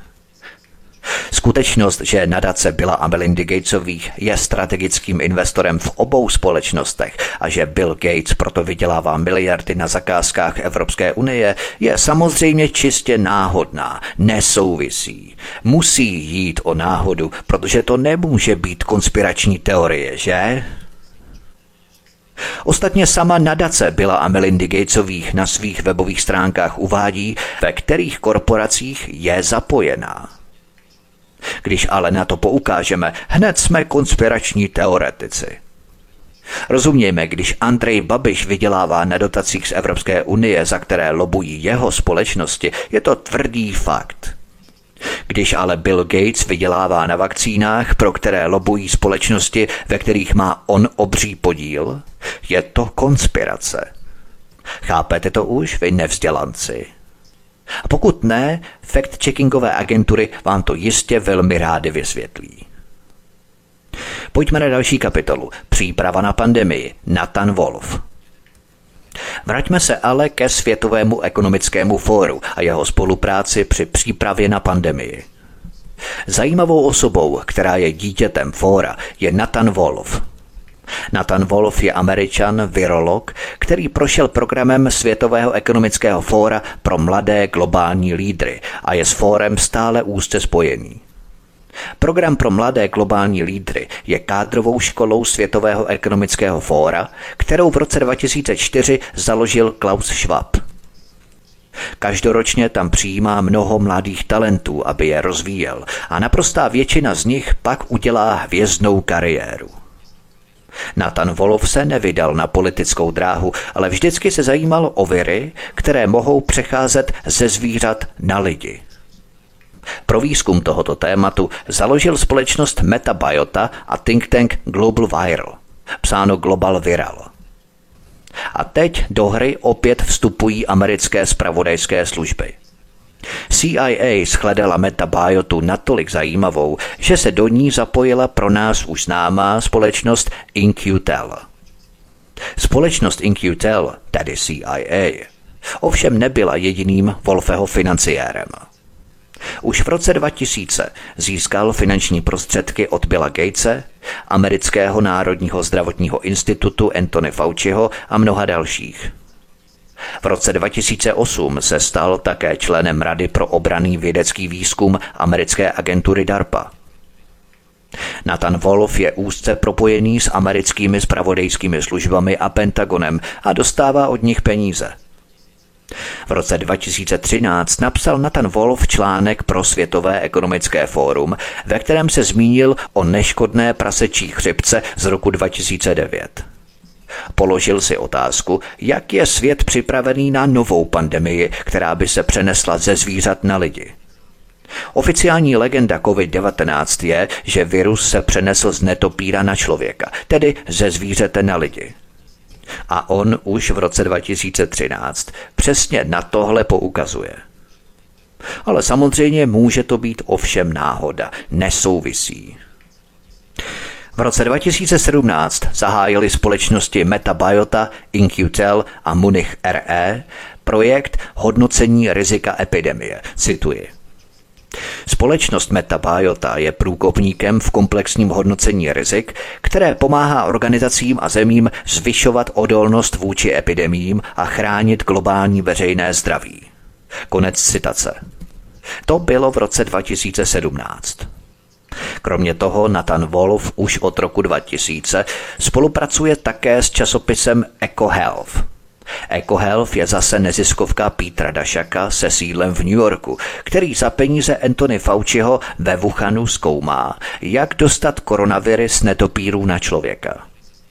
Skutečnost, že nadace Billa a Melindy Gatesových je strategickým investorem v obou společnostech a že Bill Gates proto vydělává miliardy na zakázkách Evropské unie, je samozřejmě čistě náhodná, nesouvisí. Musí jít o náhodu, protože to nemůže být konspirační teorie, že? Ostatně sama nadace Billa a Melindy Gatesových na svých webových stránkách uvádí, ve kterých korporacích je zapojená. Když ale na to poukážeme, hned jsme konspirační teoretici. Rozumějme, když Andrej Babiš vydělává na dotacích z Evropské unie, za které lobují jeho společnosti, je to tvrdý fakt. Když ale Bill Gates vydělává na vakcínách, pro které lobují společnosti, ve kterých má on obří podíl, je to konspirace. Chápete to už, vy nevzdělanci? A pokud ne, fact-checkingové agentury vám to jistě velmi rády vysvětlí. Pojďme na další kapitolu. Příprava na pandemii. Nathan Wolf. Vraťme se ale ke Světovému ekonomickému fóru a jeho spolupráci při přípravě na pandemii. Zajímavou osobou, která je dítětem fóra, je Nathan Wolf. Nathan Wolf je Američan, virolog, který prošel programem Světového ekonomického fóra pro mladé globální lídry a je s fórem stále úzce spojený. Program pro mladé globální lídry je kádrovou školou Světového ekonomického fóra, kterou v roce 2004 založil Klaus Schwab. Každoročně tam přijímá mnoho mladých talentů, aby je rozvíjel, a naprostá většina z nich pak udělá hvězdnou kariéru. Nathan Wolf se nevydal na politickou dráhu, ale vždycky se zajímal o viry, které mohou přecházet ze zvířat na lidi. Pro výzkum tohoto tématu založil společnost Metabiota a think tank Global Viral, psáno Global Viral. A teď do hry opět vstupují americké zpravodajské služby. CIA shledala Metabiotu natolik zajímavou, že se do ní zapojila pro nás už známá společnost In-Q-Tel. Společnost In-Q-Tel, tedy CIA, ovšem nebyla jediným Wolfeho financiérem. Už v roce 2000 získal finanční prostředky od Billa Gatese, amerického národního zdravotního institutu Anthony Fauciho a mnoha dalších. V roce 2008 se stal také členem Rady pro obranný vědecký výzkum americké agentury DARPA. Nathan Wolf je úzce propojený s americkými zpravodajskými službami a Pentagonem a dostává od nich peníze. V roce 2013 napsal Nathan Wolf článek pro Světové ekonomické fórum, ve kterém se zmínil o neškodné prasečí chřipce z roku 2009. Položil si otázku, jak je svět připravený na novou pandemii, která by se přenesla ze zvířat na lidi. Oficiální legenda COVID-19 je, že virus se přenesl z netopýra na člověka, tedy ze zvířete na lidi. A on už v roce 2013 přesně na tohle poukazuje. Ale samozřejmě může to být ovšem náhoda, nesouvisí. V roce 2017 zahájili společnosti Metabiota, In-Q-Tel a Munich Re projekt hodnocení rizika epidemie. Cituji. Společnost Metabiota je průkopníkem v komplexním hodnocení rizik, které pomáhá organizacím a zemím zvyšovat odolnost vůči epidemiím a chránit globální veřejné zdraví. Konec citace. To bylo v roce 2017. Kromě toho Nathan Wolf už od roku 2000 spolupracuje také s časopisem EcoHealth. EcoHealth je zase neziskovka Petera Daszaka se sídlem v New Yorku, který za peníze Anthony Fauciho ve Wuhanu zkoumá, jak dostat koronaviry z netopírů na člověka.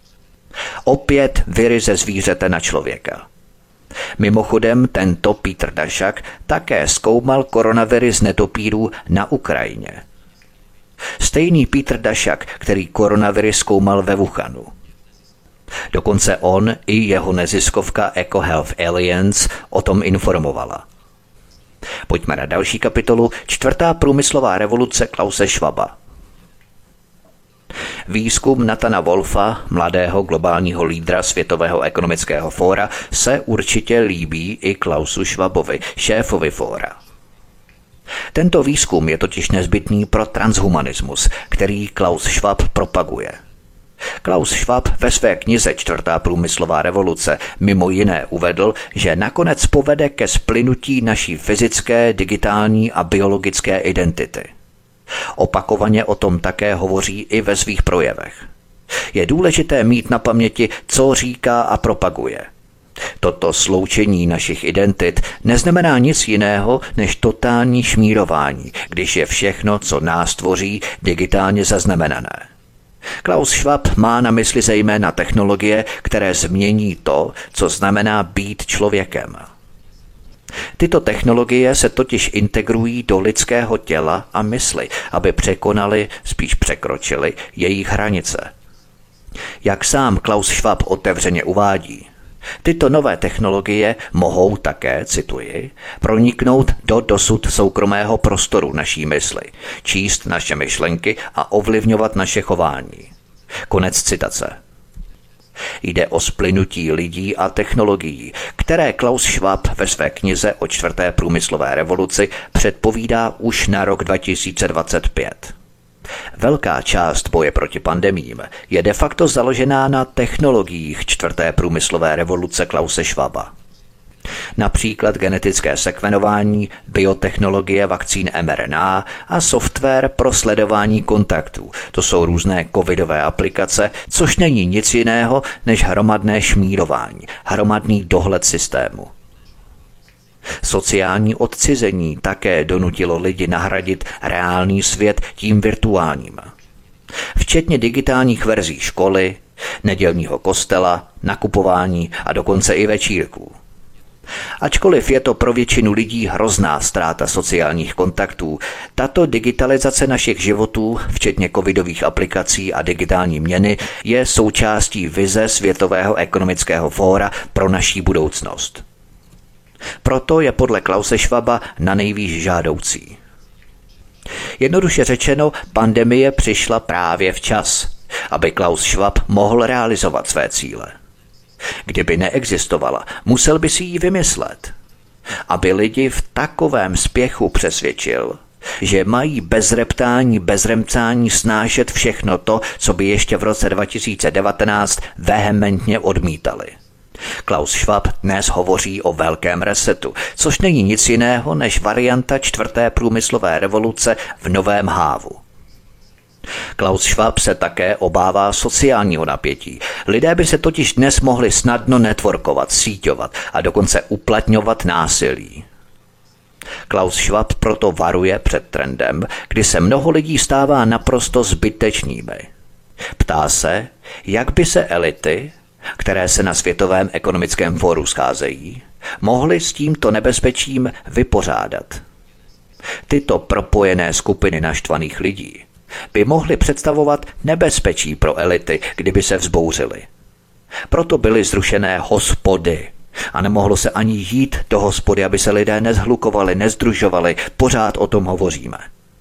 Opět viry ze zvířete na člověka. Mimochodem tento Peter Daszak také zkoumal koronaviry z netopírů na Ukrajině. Stejný Peter Daszak, který koronaviry zkoumal ve Wuhanu. Dokonce on i jeho neziskovka EcoHealth Alliance o tom informovala. Pojďme na další kapitolu, 4. průmyslová revoluce Klause Schwaba. Výzkum Nathana Wolfa, mladého globálního lídra Světového ekonomického fóra, se určitě líbí i Klausu Schwabovi, šéfovi fóra. Tento výzkum je totiž nezbytný pro transhumanismus, který Klaus Schwab propaguje. Klaus Schwab ve své knize 4. průmyslová revoluce mimo jiné uvedl, že nakonec povede ke splynutí naší fyzické, digitální a biologické identity. Opakovaně o tom také hovoří i ve svých projevech. Je důležité mít na paměti, co říká a propaguje. Toto sloučení našich identit neznamená nic jiného než totální šmírování, když je všechno, co nás tvoří, digitálně zaznamenané. Klaus Schwab má na mysli zejména technologie, které změní to, co znamená být člověkem. Tyto technologie se totiž integrují do lidského těla a mysli, aby spíš překročily jejich hranice. Jak sám Klaus Schwab otevřeně uvádí, tyto nové technologie mohou také, cituji, proniknout do dosud soukromého prostoru naší mysli, číst naše myšlenky a ovlivňovat naše chování. Konec citace. Jde o splynutí lidí a technologií, které Klaus Schwab ve své knize o 4. průmyslové revoluci předpovídá už na rok 2025. Velká část boje proti pandemiím je de facto založená na technologiích 4. průmyslové revoluce Klause Schwaba. Například genetické sekvenování, biotechnologie vakcín mRNA a software pro sledování kontaktů. To jsou různé covidové aplikace, což není nic jiného než hromadné šmírování, hromadný dohled systému. Sociální odcizení také donutilo lidi nahradit reálný svět tím virtuálním. Včetně digitálních verzí školy, nedělního kostela, nakupování a dokonce i večírků. Ačkoliv je to pro většinu lidí hrozná ztráta sociálních kontaktů, tato digitalizace našich životů, včetně covidových aplikací a digitální měny, je součástí vize Světového ekonomického fóra pro naší budoucnost. Proto je podle Klause Schwaba nanejvýš žádoucí. Jednoduše řečeno, pandemie přišla právě včas, aby Klaus Schwab mohl realizovat své cíle. Kdyby neexistovala, musel by si ji vymyslet. Aby lidi v takovém spěchu přesvědčil, že mají bez reptání, bez remcání snášet všechno to, co by ještě v roce 2019 vehementně odmítali. Klaus Schwab dnes hovoří o velkém resetu, což není nic jiného než varianta 4. průmyslové revoluce v novém hávu. Klaus Schwab se také obává sociálního napětí. Lidé by se totiž dnes mohli snadno networkovat, síťovat a dokonce uplatňovat násilí. Klaus Schwab proto varuje před trendem, kdy se mnoho lidí stává naprosto zbytečnými. Ptá se, jak by se elity, které se na Světovém ekonomickém fóru scházejí, mohly s tímto nebezpečím vypořádat. Tyto propojené skupiny naštvaných lidí by mohly představovat nebezpečí pro elity, kdyby se vzbouřily. Proto byly zrušené hospody a nemohlo se ani jít do hospody, aby se lidé nezhlukovali, nezdružovali, pořád o tom hovoříme.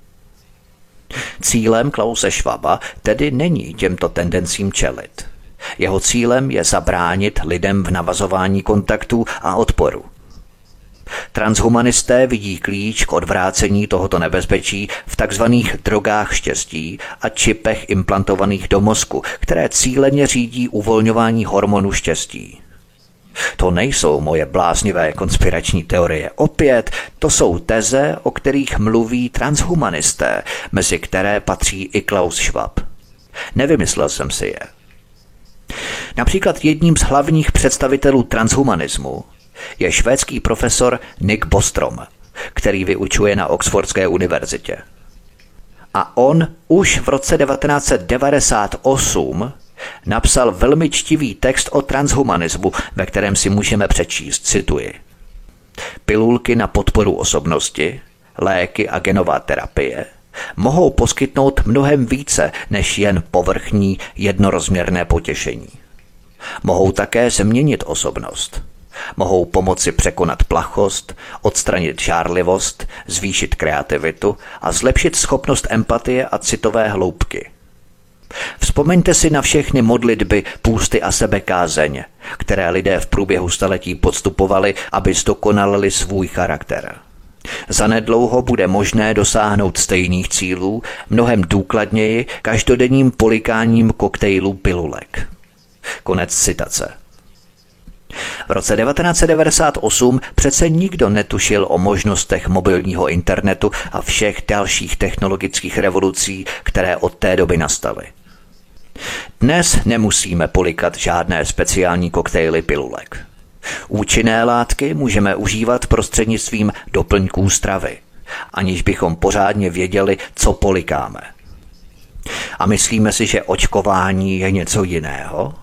Cílem Klause Schwaba tedy není těmto tendencím čelit. Jeho cílem je zabránit lidem v navazování kontaktů a odporu. Transhumanisté vidí klíč k odvrácení tohoto nebezpečí v takzvaných drogách štěstí a čipech implantovaných do mozku, které cíleně řídí uvolňování hormonu štěstí. To nejsou moje bláznivé konspirační teorie. Opět, to jsou teze, o kterých mluví transhumanisté, mezi které patří i Klaus Schwab. Nevymyslel jsem si je. Například jedním z hlavních představitelů transhumanismu je švédský profesor Nick Bostrom, který vyučuje na Oxfordské univerzitě. A on už v roce 1998 napsal velmi čtivý text o transhumanismu, ve kterém si můžeme přečíst, cituji. Pilulky na podporu osobnosti, léky a genová terapie mohou poskytnout mnohem více než jen povrchní jednorozměrné potěšení. Mohou také změnit osobnost. Mohou pomoci překonat plachost, odstranit žárlivost, zvýšit kreativitu a zlepšit schopnost empatie a citové hloubky. Vzpomeňte si na všechny modlitby, půsty a sebekázeň, které lidé v průběhu staletí podstupovali, aby zdokonalili svůj charakter. Zanedlouho bude možné dosáhnout stejných cílů mnohem důkladněji každodenním polikáním koktejlů pilulek. Konec citace. V roce 1998 přece nikdo netušil o možnostech mobilního internetu a všech dalších technologických revolucí, které od té doby nastaly. Dnes nemusíme polikat žádné speciální koktejly pilulek. Účinné látky můžeme užívat prostřednictvím doplňků stravy, aniž bychom pořádně věděli, co polikáme. A myslíme si, že očkování je něco jiného?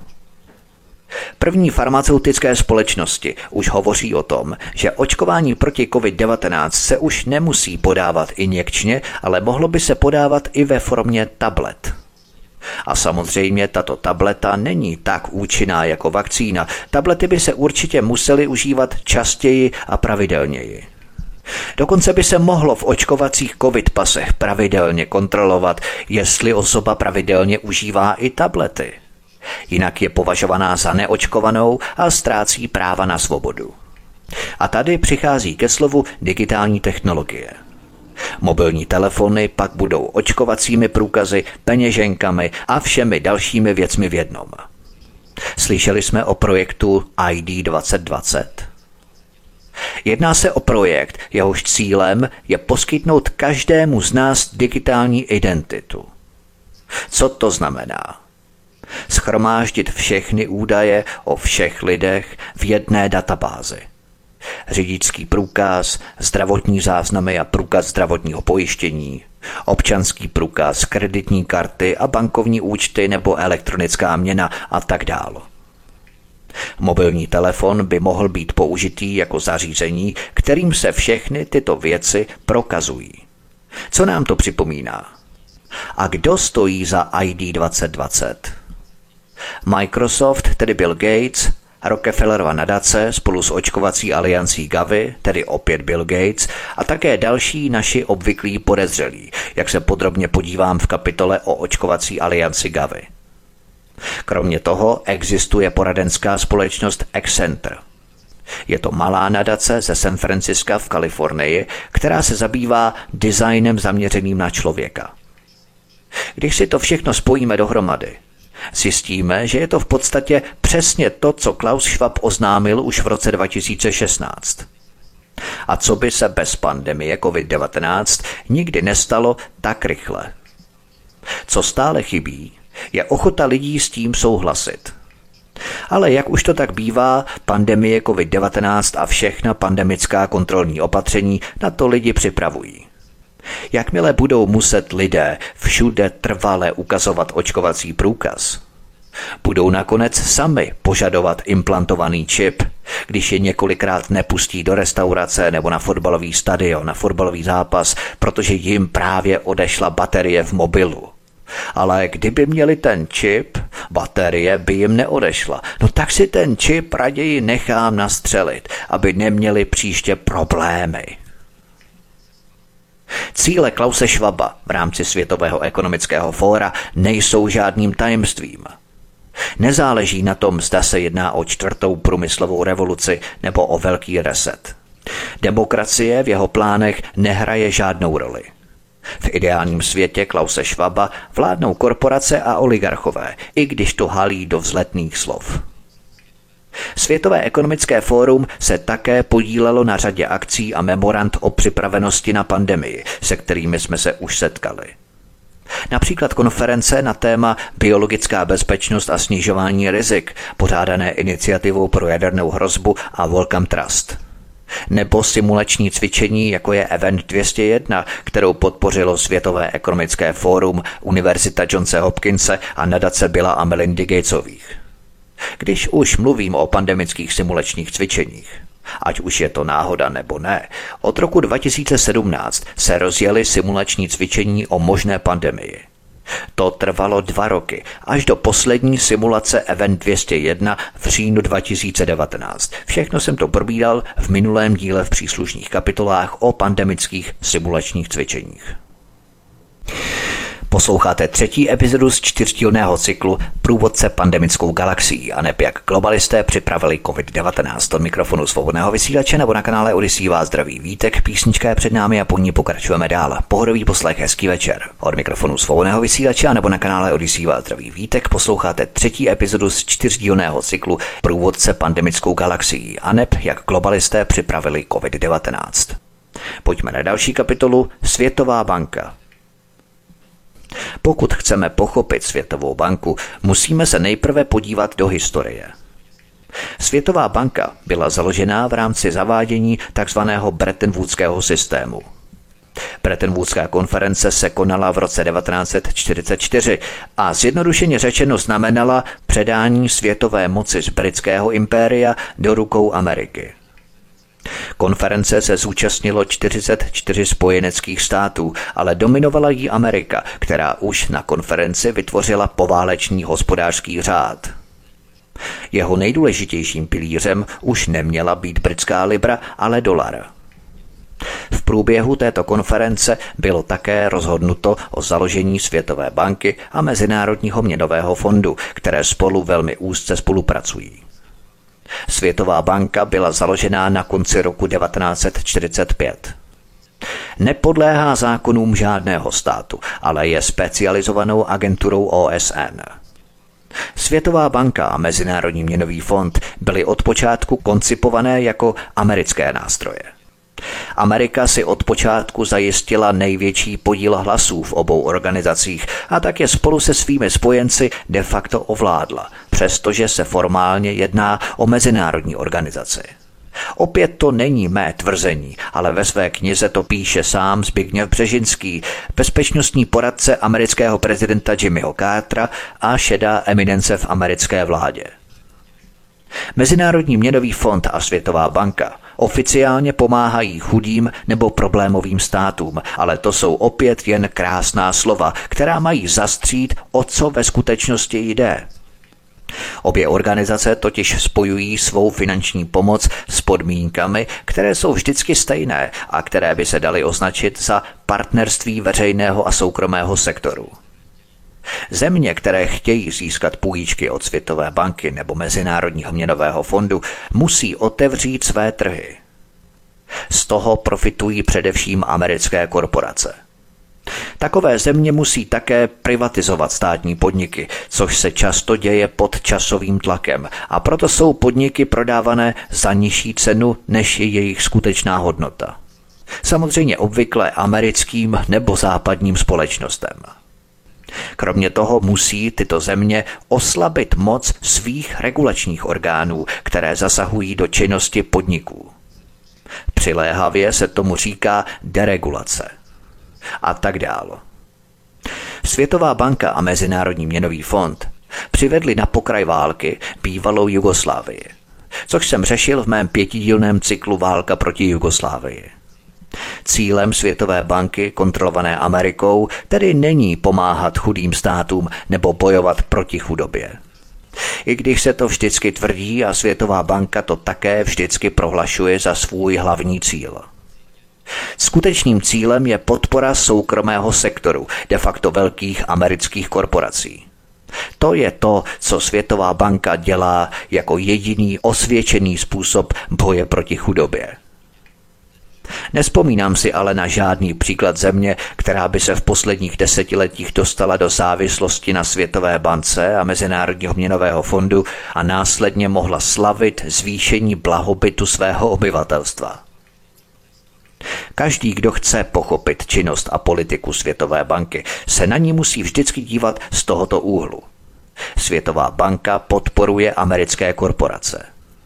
První farmaceutické společnosti už hovoří o tom, že očkování proti COVID-19 se už nemusí podávat injekčně, ale mohlo by se podávat i ve formě tablet. A samozřejmě tato tableta není tak účinná jako vakcína. Tablety by se určitě musely užívat častěji a pravidelněji. Dokonce by se mohlo v očkovacích covid pasech pravidelně kontrolovat, jestli osoba pravidelně užívá i tablety. Jinak je považovaná za neočkovanou a ztrácí práva na svobodu. A tady přichází ke slovu digitální technologie. Mobilní telefony pak budou očkovacími průkazy, peněženkami a všemi dalšími věcmi v jednom. Slyšeli jsme o projektu ID 2020? Jedná se o projekt, jehož cílem je poskytnout každému z nás digitální identitu. Co to znamená? Shromáždit všechny údaje o všech lidech v jedné databázi. Řidičský průkaz, zdravotní záznamy a průkaz zdravotního pojištění, občanský průkaz, kreditní karty a bankovní účty nebo elektronická měna a tak dále. Mobilní telefon by mohl být použitý jako zařízení, kterým se všechny tyto věci prokazují. Co nám to připomíná? A kdo stojí za ID 2020? Microsoft, tedy Bill Gates, Rockefellerova nadace spolu s očkovací aliancí Gavi, tedy opět Bill Gates, a také další naši obvyklí podezřelí, jak se podrobně podívám v kapitole o očkovací alianci Gavi. Kromě toho existuje poradenská společnost Accenture. Je to malá nadace ze San Francisca v Kalifornii, která se zabývá designem zaměřeným na člověka. Když si to všechno spojíme dohromady, zjistíme, že je to v podstatě přesně to, co Klaus Schwab oznámil už v roce 2016. A co by se bez pandemie COVID-19 nikdy nestalo tak rychle. Co stále chybí, je ochota lidí s tím souhlasit. Ale jak už to tak bývá, pandemie COVID-19 a všechna pandemická kontrolní opatření na to lidi připravují. Jakmile budou muset lidé všude trvale ukazovat očkovací průkaz, budou nakonec sami požadovat implantovaný čip, když je několikrát nepustí do restaurace nebo na fotbalový stadion, na fotbalový zápas, protože jim právě odešla baterie v mobilu. Ale kdyby měli ten čip, baterie by jim neodešla. No tak si ten čip raději nechám nastřelit, aby neměli příště problémy. Cíle Klause Schwaba v rámci Světového ekonomického fóra nejsou žádným tajemstvím. Nezáleží na tom, zda se jedná o 4. průmyslovou revoluci nebo o velký reset. Demokracie v jeho plánech nehraje žádnou roli. V ideálním světě Klause Schwaba vládnou korporace a oligarchové, i když to halí do vzletných slov. Světové ekonomické fórum se také podílelo na řadě akcí a memorand o připravenosti na pandemii, se kterými jsme se už setkali. Například konference na téma biologická bezpečnost a snižování rizik, pořádané iniciativou pro jadernou hrozbu a Wellcome Trust. Nebo simulační cvičení, jako je Event 201, kterou podpořilo Světové ekonomické fórum, Univerzita Johnse Hopkinse a nadace Billa a Melindy Gatesových. Když už mluvím o pandemických simulačních cvičeních, ať už je to náhoda nebo ne, od roku 2017 se rozjeli simulační cvičení o možné pandemii. To trvalo 2 roky, až do poslední simulace Event 201 v říjnu 2019. Všechno jsem to probíral v minulém díle v příslušných kapitolách o pandemických simulačních cvičeních. Posloucháte 3. epizodu z 4dílného cyklu Průvodce pandemickou galaxií, a neb jak globalisté připravili COVID-19. Od mikrofonu Svobodného vysílače nebo na kanále Odyssey vás zdraví Vítek, písnička je před námi a po ní pokračujeme dál. Pohodový poslech, hezký večer. Od mikrofonu Svobodného vysílače nebo na kanále Odyssey vás zdraví Vítek, posloucháte 3. epizodu z 4dílného cyklu Průvodce pandemickou galaxií, a neb jak globalisté připravili COVID-19. Pojďme na další kapitolu Světová banka. Pokud chceme pochopit Světovou banku, musíme se nejprve podívat do historie. Světová banka byla založena v rámci zavádění tzv. Bretton Woodského systému. Bretton Woodská konference se konala v roce 1944 a zjednodušeně řečeno znamenala předání světové moci z britského impéria do rukou Ameriky. Konference se zúčastnilo 44 spojeneckých států, ale dominovala jí Amerika, která už na konferenci vytvořila poválečný hospodářský řád. Jeho nejdůležitějším pilířem už neměla být britská libra, ale dolar. V průběhu této konference bylo také rozhodnuto o založení Světové banky a Mezinárodního měnového fondu, které spolu velmi úzce spolupracují. Světová banka byla založena na konci roku 1945. Nepodléhá zákonům žádného státu, ale je specializovanou agenturou OSN. Světová banka a Mezinárodní měnový fond byly od počátku koncipované jako americké nástroje. Amerika si od počátku zajistila největší podíl hlasů v obou organizacích a tak je spolu se svými spojenci de facto ovládla, přestože se formálně jedná o mezinárodní organizaci. Opět to není mé tvrzení, ale ve své knize to píše sám Zbigněv Břežinský, bezpečnostní poradce amerického prezidenta Jimmyho Cartera a šedá eminence v americké vládě. Mezinárodní měnový fond a Světová banka oficiálně pomáhají chudým nebo problémovým státům, ale to jsou opět jen krásná slova, která mají zastřít, o co ve skutečnosti jde. Obě organizace totiž spojují svou finanční pomoc s podmínkami, které jsou vždycky stejné a které by se daly označit za partnerství veřejného a soukromého sektoru. Země, které chtějí získat půjčky od Světové banky nebo Mezinárodního měnového fondu, musí otevřít své trhy. Z toho profitují především americké korporace. Takové země musí také privatizovat státní podniky, což se často děje pod časovým tlakem, a proto jsou podniky prodávané za nižší cenu, než je jejich skutečná hodnota. Samozřejmě obvykle americkým nebo západním společnostem. Kromě toho musí tyto země oslabit moc svých regulačních orgánů, které zasahují do činnosti podniků. Přiléhavě se tomu říká deregulace. A tak dál. Světová banka a Mezinárodní měnový fond přivedli na pokraj války bývalou Jugoslávii, což jsem řešil v mém 5dílném cyklu Válka proti Jugoslávii. Cílem Světové banky, kontrolované Amerikou, tedy není pomáhat chudým státům nebo bojovat proti chudobě. I když se to vždycky tvrdí a Světová banka to také vždycky prohlašuje za svůj hlavní cíl. Skutečným cílem je podpora soukromého sektoru, de facto velkých amerických korporací. To je to, co Světová banka dělá jako jediný osvědčený způsob boje proti chudobě. Nevzpomínám si ale na žádný příklad země, která by se v posledních desetiletích dostala do závislosti na Světové bance a Mezinárodního měnového fondu a následně mohla slavit zvýšení blahobytu svého obyvatelstva. Každý, kdo chce pochopit činnost a politiku Světové banky, se na ní musí vždycky dívat z tohoto úhlu. Světová banka podporuje americké korporace.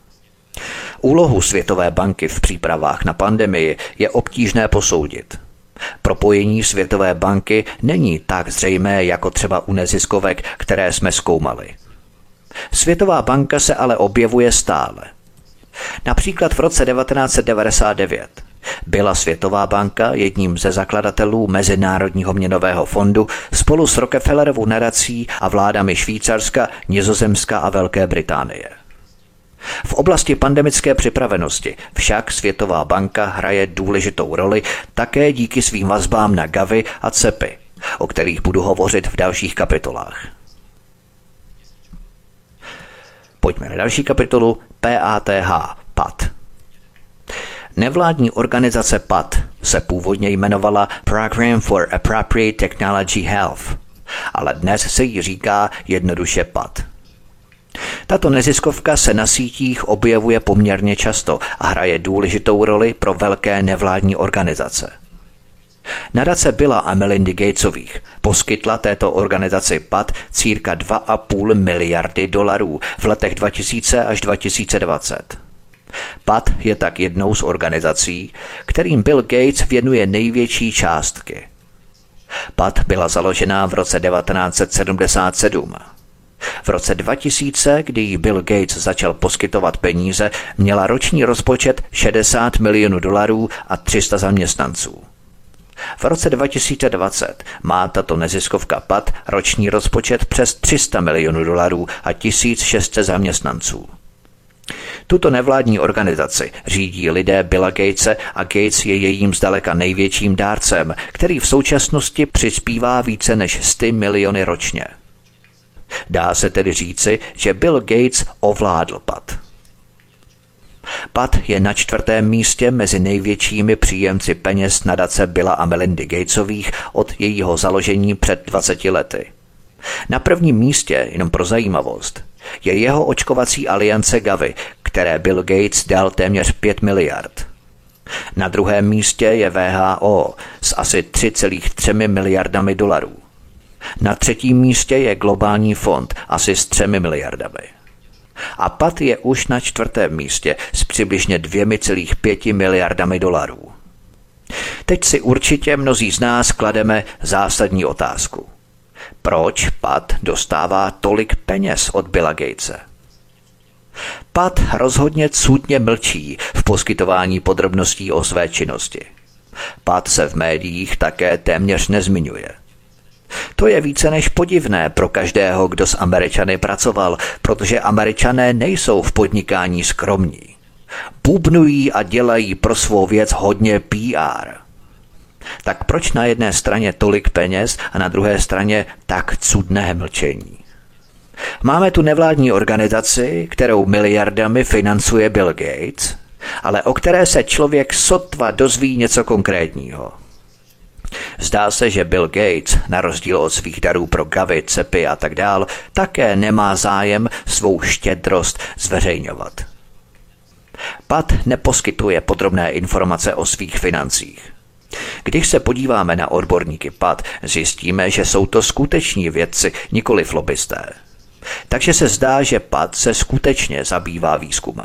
Úlohu Světové banky v přípravách na pandemii je obtížné posoudit. Propojení Světové banky není tak zřejmé jako třeba u neziskovek, které jsme zkoumali. Světová banka se ale objevuje stále. Například v roce 1999 byla Světová banka jedním ze zakladatelů Mezinárodního měnového fondu spolu s Rockefellerovou nadací a vládami Švýcarska, Nizozemska a Velké Británie. V oblasti pandemické připravenosti však Světová banka hraje důležitou roli také díky svým vazbám na Gavi a CEPI, o kterých budu hovořit v dalších kapitolách. Pojďme na další kapitolu PATH. Nevládní organizace PATH se původně jmenovala Program for Appropriate Technology Health, ale dnes se jí říká jednoduše PATH. Tato neziskovka se na sítích objevuje poměrně často a hraje důležitou roli pro velké nevládní organizace. Nadace Billa a Melindy Gatesových poskytla této organizaci PATH cirka 2,5 miliardy dolarů v letech 2000 až 2020. PAD je tak jednou z organizací, kterým Bill Gates věnuje největší částky. PAD byla založena v roce 1977. V roce 2000, kdy jí Bill Gates začal poskytovat peníze, měla roční rozpočet $60 milionů a 300 zaměstnanců. V roce 2020 má tato neziskovka PAD roční rozpočet přes $300 milionů a 1600 zaměstnanců. Tuto nevládní organizaci řídí lidé Billa Gatese a Gates je jejím zdaleka největším dárcem, který v současnosti přispívá více než 100 miliony ročně. Dá se tedy říci, že Bill Gates ovládl PAD. PAD je na 4. místě mezi největšími příjemci peněz nadace Billa a Melindy Gatesových od jejího založení před 20 lety. Na 1. místě, jenom pro zajímavost, je jeho očkovací aliance Gavi, které Bill Gates dal téměř 5 miliard. Na 2. místě je WHO s asi 3,3 miliardami dolarů. Na 3. místě je globální fond asi s 3 miliardami. A PAD je už na 4. místě s přibližně 2,5 miliardami dolarů. Teď si určitě mnozí z nás klademe zásadní otázku. Proč PAD dostává tolik peněz od Billa Gatese? PAD rozhodně cudně mlčí v poskytování podrobností o své činnosti. PAD se v médiích také téměř nezmiňuje. To je více než podivné pro každého, kdo s Američany pracoval, protože Američané nejsou v podnikání skromní. Bubnují a dělají pro svou věc hodně PR. Tak proč na jedné straně tolik peněz a na druhé straně tak cudné mlčení? Máme tu nevládní organizaci, kterou miliardami financuje Bill Gates, ale o které se člověk sotva dozví něco konkrétního. Zdá se, že Bill Gates, na rozdíl od svých darů pro Gavi, cepy a tak dál, také nemá zájem svou štědrost zveřejňovat. PAD neposkytuje podrobné informace o svých financích. Když se podíváme na odborníky PAD, zjistíme, že jsou to skuteční vědci, nikoliv lobbysté. Takže se zdá, že PAD se skutečně zabývá výzkumem.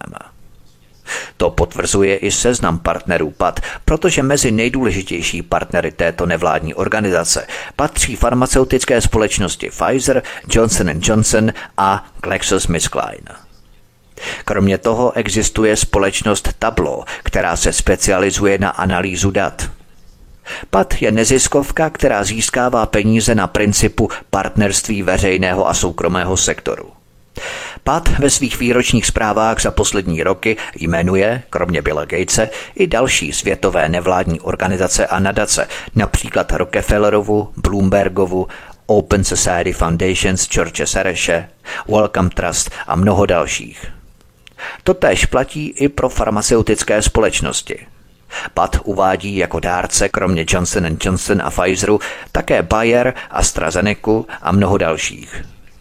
To potvrzuje i seznam partnerů PAD, protože mezi nejdůležitější partnery této nevládní organizace patří farmaceutické společnosti Pfizer, Johnson & Johnson a GlaxoSmithKline. Kromě toho existuje společnost Tableau, která se specializuje na analýzu dat. PAD je neziskovka, která získává peníze na principu partnerství veřejného a soukromého sektoru. PAD ve svých výročních zprávách za poslední roky jmenuje, kromě Billa Gatese, i další světové nevládní organizace a nadace, například Rockefellerovu, Bloombergovu, Open Society Foundations George Soreše, Wellcome Trust a mnoho dalších. Totéž platí i pro farmaceutické společnosti. PAD uvádí jako dárce kromě Johnson & Johnson a Pfizeru také Bayer, AstraZeneca a mnoho dalších.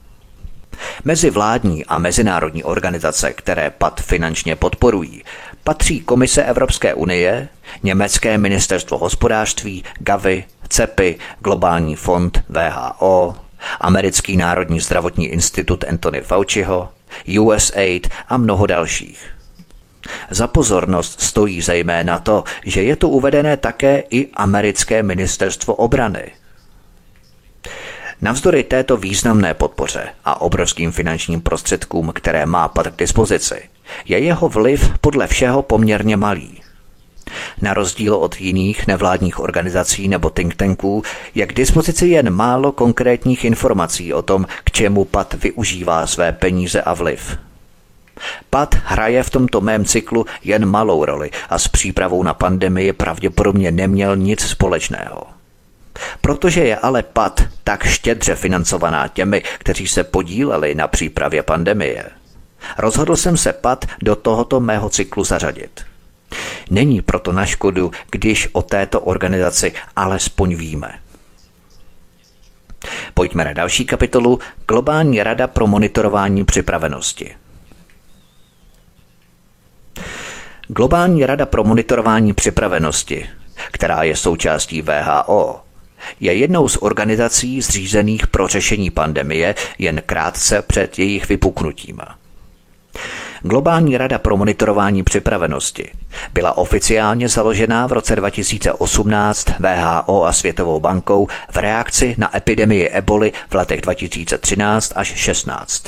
Mezi vládní a mezinárodní organizace, které PAD finančně podporují, patří Komise Evropské unie, Německé ministerstvo hospodářství, Gavi, CEPI, Globální fond WHO, Americký národní zdravotní institut Anthony Fauciho, USAID a mnoho dalších. Za pozornost stojí zejména to, že je tu uvedené také i Americké ministerstvo obrany. Navzdory této významné podpoře a obrovským finančním prostředkům, které má PAD k dispozici, je jeho vliv podle všeho poměrně malý. Na rozdíl od jiných nevládních organizací nebo think tanků je k dispozici jen málo konkrétních informací o tom, k čemu PAD využívá své peníze a vliv. PAD hraje v tomto mém cyklu jen malou roli a s přípravou na pandemii pravděpodobně neměl nic společného. Protože je ale PAD tak štědře financovaná těmi, kteří se podíleli na přípravě pandemie, rozhodl jsem se PAD do tohoto mého cyklu zařadit. Není proto na škodu, když o této organizaci alespoň víme. Pojďme na další kapitolu Globální rada pro monitorování připravenosti. Globální rada pro monitorování připravenosti, která je součástí WHO, je jednou z organizací zřízených pro řešení pandemie jen krátce před jejich vypuknutím. Globální rada pro monitorování připravenosti byla oficiálně založena v roce 2018 WHO a Světovou bankou v reakci na epidemii eboli v letech 2013 až 16.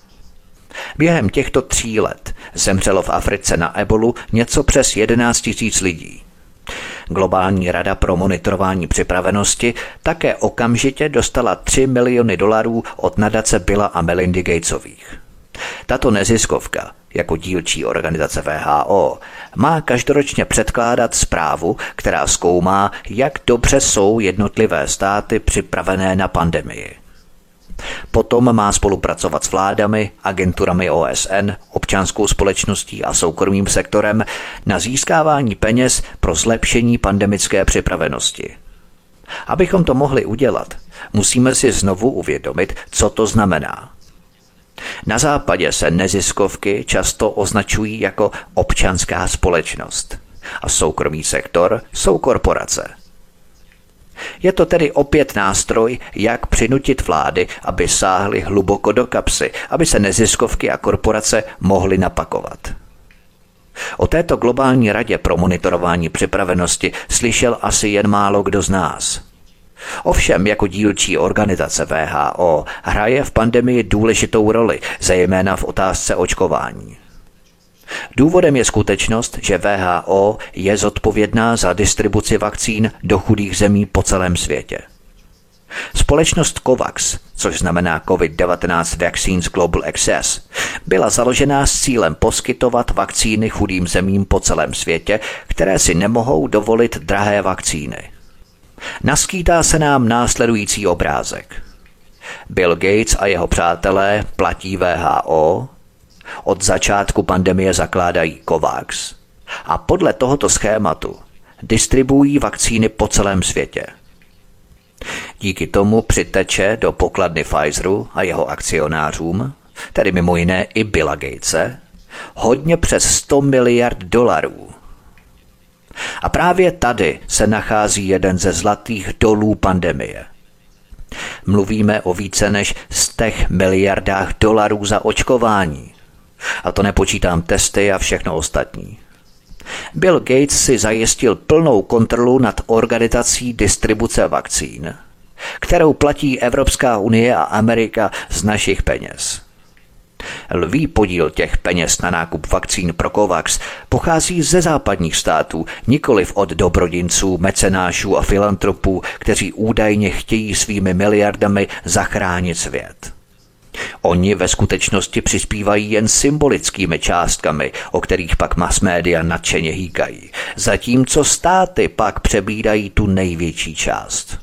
Během těchto 3 let zemřelo v Africe na ebolu něco přes 11 000 lidí. Globální rada pro monitorování připravenosti také okamžitě dostala $3 miliony od nadace Billa a Melindy Gatesových. Tato neziskovka, jako dílčí organizace WHO, má každoročně předkládat zprávu, která zkoumá, jak dobře jsou jednotlivé státy připravené na pandemii. Potom má spolupracovat s vládami, agenturami OSN, občanskou společností a soukromým sektorem na získávání peněz pro zlepšení pandemické připravenosti. Abychom to mohli udělat, musíme si znovu uvědomit, co to znamená. Na západě se neziskovky často označují jako občanská společnost a soukromý sektor jsou korporace. Je to tedy opět nástroj, jak přinutit vlády, aby sáhly hluboko do kapsy, aby se neziskovky a korporace mohly napakovat. O této globální radě pro monitorování připravenosti slyšel asi jen málo kdo z nás. Ovšem, jako dílčí organizace WHO hraje v pandemii důležitou roli, zejména v otázce očkování. Důvodem je skutečnost, že WHO je zodpovědná za distribuci vakcín do chudých zemí po celém světě. Společnost COVAX, což znamená COVID-19 Vaccines Global Access, byla založena s cílem poskytovat vakcíny chudým zemím po celém světě, které si nemohou dovolit drahé vakcíny. Naskýtá se nám následující obrázek. Bill Gates a jeho přátelé platí WHO, od začátku pandemie zakládají COVAX a podle tohoto schématu distribuují vakcíny po celém světě. Díky tomu přiteče do pokladny Pfizeru a jeho akcionářům, tedy mimo jiné i Billa Gatese, hodně přes $100 miliard. A právě tady se nachází jeden ze zlatých dolů pandemie. Mluvíme o více než $100 miliardách za očkování. A to nepočítám testy a všechno ostatní. Bill Gates si zajistil plnou kontrolu nad organizací distribuce vakcín, kterou platí Evropská unie a Amerika z našich peněz. Lví podíl těch peněz na nákup vakcín pro COVAX pochází ze západních států, nikoliv od dobrodinců, mecenášů a filantropů, kteří údajně chtějí svými miliardami zachránit svět. Oni ve skutečnosti přispívají jen symbolickými částkami, o kterých pak masmédia nadšeně hýkají, zatímco státy pak přebírají tu největší část.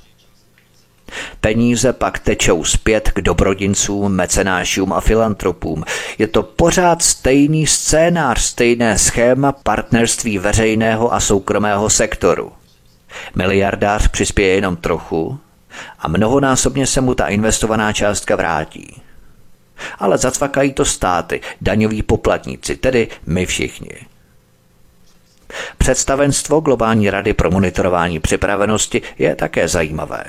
Peníze pak tečou zpět k dobrodincům, mecenášům a filantropům. Je to pořád stejný scénář, stejné schéma partnerství veřejného a soukromého sektoru. Miliardář přispěje jenom trochu a mnohonásobně se mu ta investovaná částka vrátí. Ale zacvakají to státy, daňoví poplatníci, tedy my všichni. Představenstvo Globální rady pro monitorování připravenosti je také zajímavé.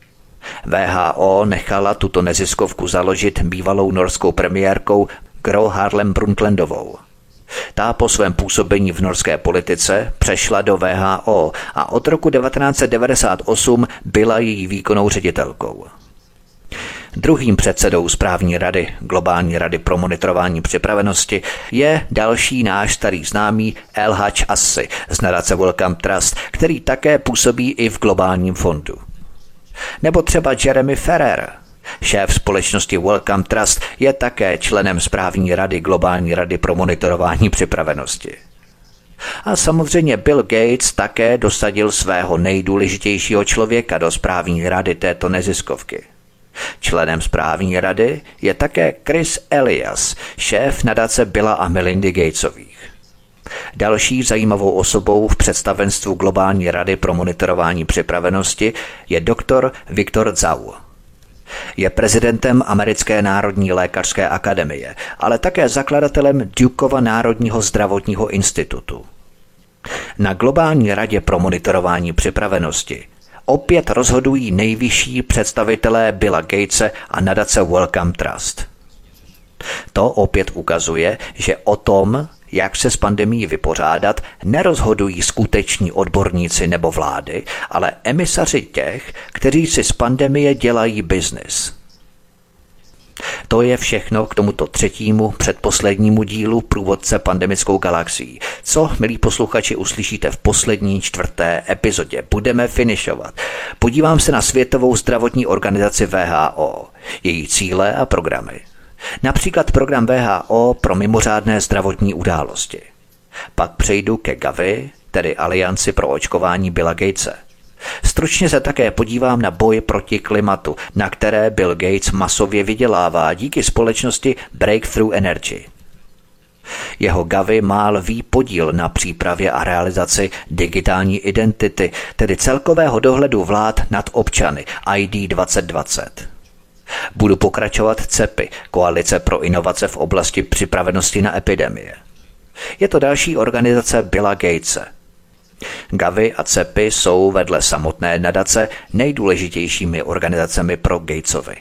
WHO nechala tuto neziskovku založit bývalou norskou premiérkou Gro Harlem Brundtlandovou. Ta po svém působení v norské politice přešla do WHO a od roku 1998 byla její výkonnou ředitelkou. Druhým předsedou správní rady Globální rady pro monitorování připravenosti je další náš starý známý El Hadž Assi z nadace Wellcome Trust, který také působí i v globálním fondu. Nebo třeba Jeremy Ferrer, šéf společnosti Wellcome Trust, je také členem správní rady Globální rady pro monitorování připravenosti. A samozřejmě Bill Gates také dosadil svého nejdůležitějšího člověka do správní rady této neziskovky. Členem správní rady je také Chris Elias, šéf nadace Billa a Melindy Gatesových. Další zajímavou osobou v představenstvu Globální rady pro monitorování připravenosti je doktor Viktor Zhao. Je prezidentem Americké národní lékařské akademie, ale také zakladatelem Dukova národního zdravotního institutu. Na Globální radě pro monitorování připravenosti opět rozhodují nejvyšší představitelé Billa Gatese a nadace Wellcome Trust. To opět ukazuje, že o tom, jak se s pandemií vypořádat, nerozhodují skuteční odborníci nebo vlády, ale emisaři těch, kteří si z pandemie dělají biznis. To je všechno k tomuto třetímu, předposlednímu dílu Průvodce pandemickou galaxií. Co, milí posluchači, uslyšíte v poslední 4. epizodě? Budeme finišovat. Podívám se na Světovou zdravotní organizaci WHO, její cíle a programy. Například program WHO pro mimořádné zdravotní události. Pak přejdu ke Gavi, tedy Alianci pro očkování Billa Gatese. Stručně se také podívám na boj proti klimatu, na které Bill Gates masově vydělává díky společnosti Breakthrough Energy. Jeho Gavi má lví podíl na přípravě a realizaci digitální identity, tedy celkového dohledu vlád nad občany ID 2020. Budu pokračovat CEPI, Koalice pro inovace v oblasti připravenosti na epidemie. Je to další organizace Billa Gatese. Gavi a CEPI jsou vedle samotné nadace nejdůležitějšími organizacemi pro Gatesovi.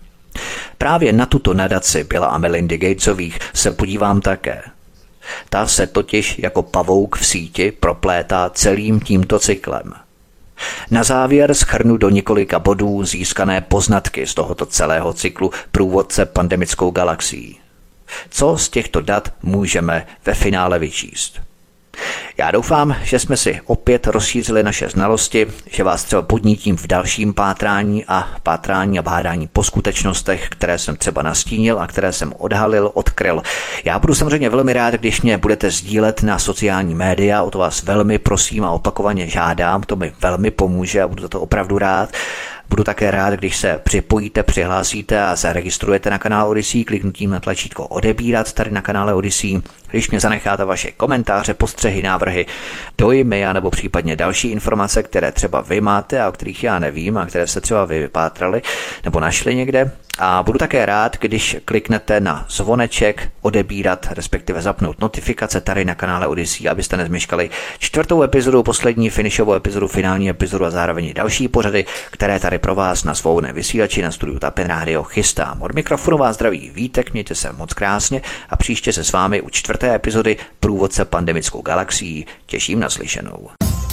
Právě na tuto nadaci Billa a Melindy Gatesových se podívám také. Ta se totiž jako pavouk v síti proplétá celým tímto cyklem. Na závěr shrnu do několika bodů získané poznatky z tohoto celého cyklu Průvodce pandemickou galaxií. Co z těchto dat můžeme ve finále vyčíst? Já doufám, že jsme si opět rozšířili naše znalosti, že vás třeba podnítím v dalším pátrání a bádání po skutečnostech, které jsem třeba nastínil a které jsem odhalil, odkryl. Já budu samozřejmě velmi rád, když mě budete sdílet na sociální média, o to vás velmi prosím a opakovaně žádám, to mi velmi pomůže a budu za to opravdu rád. Budu také rád, když se připojíte, přihlásíte a zaregistrujete na kanál Odyssey kliknutím na tlačítko odebírat tady na kanále Odyssey. Když mě zanecháte vaše komentáře, postřehy, návrhy, dojmy a nebo případně další informace, které třeba vy máte a o kterých já nevím a které jste třeba vy vypátrali nebo našli někde. A budu také rád, když kliknete na zvoneček odebírat, respektive zapnout notifikace tady na kanále Odyssey, abyste nezmeškali 4. epizodu, poslední finishovou epizodu, finální epizodu a zároveň další pořady, které tady pro vás na svobodném vysílači na studiu Tapin Radio chystám. Od mikrofonu vás zdraví Vítek, mějte se moc krásně a příště se s vámi u 4. epizody Průvodce pandemickou galaxií těším na slyšenou.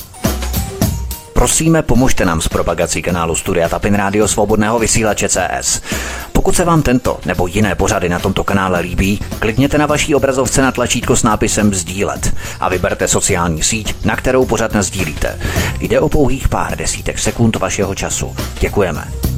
Prosíme, pomožte nám s propagací kanálu Studia Tapin Radio Svobodného vysílače CS. Pokud se vám tento nebo jiné pořady na tomto kanále líbí, klikněte na vaší obrazovce na tlačítko s nápisem sdílet a vyberte sociální síť, na kterou pořad nasdílíte. Jde o pouhých pár desítek sekund vašeho času. Děkujeme.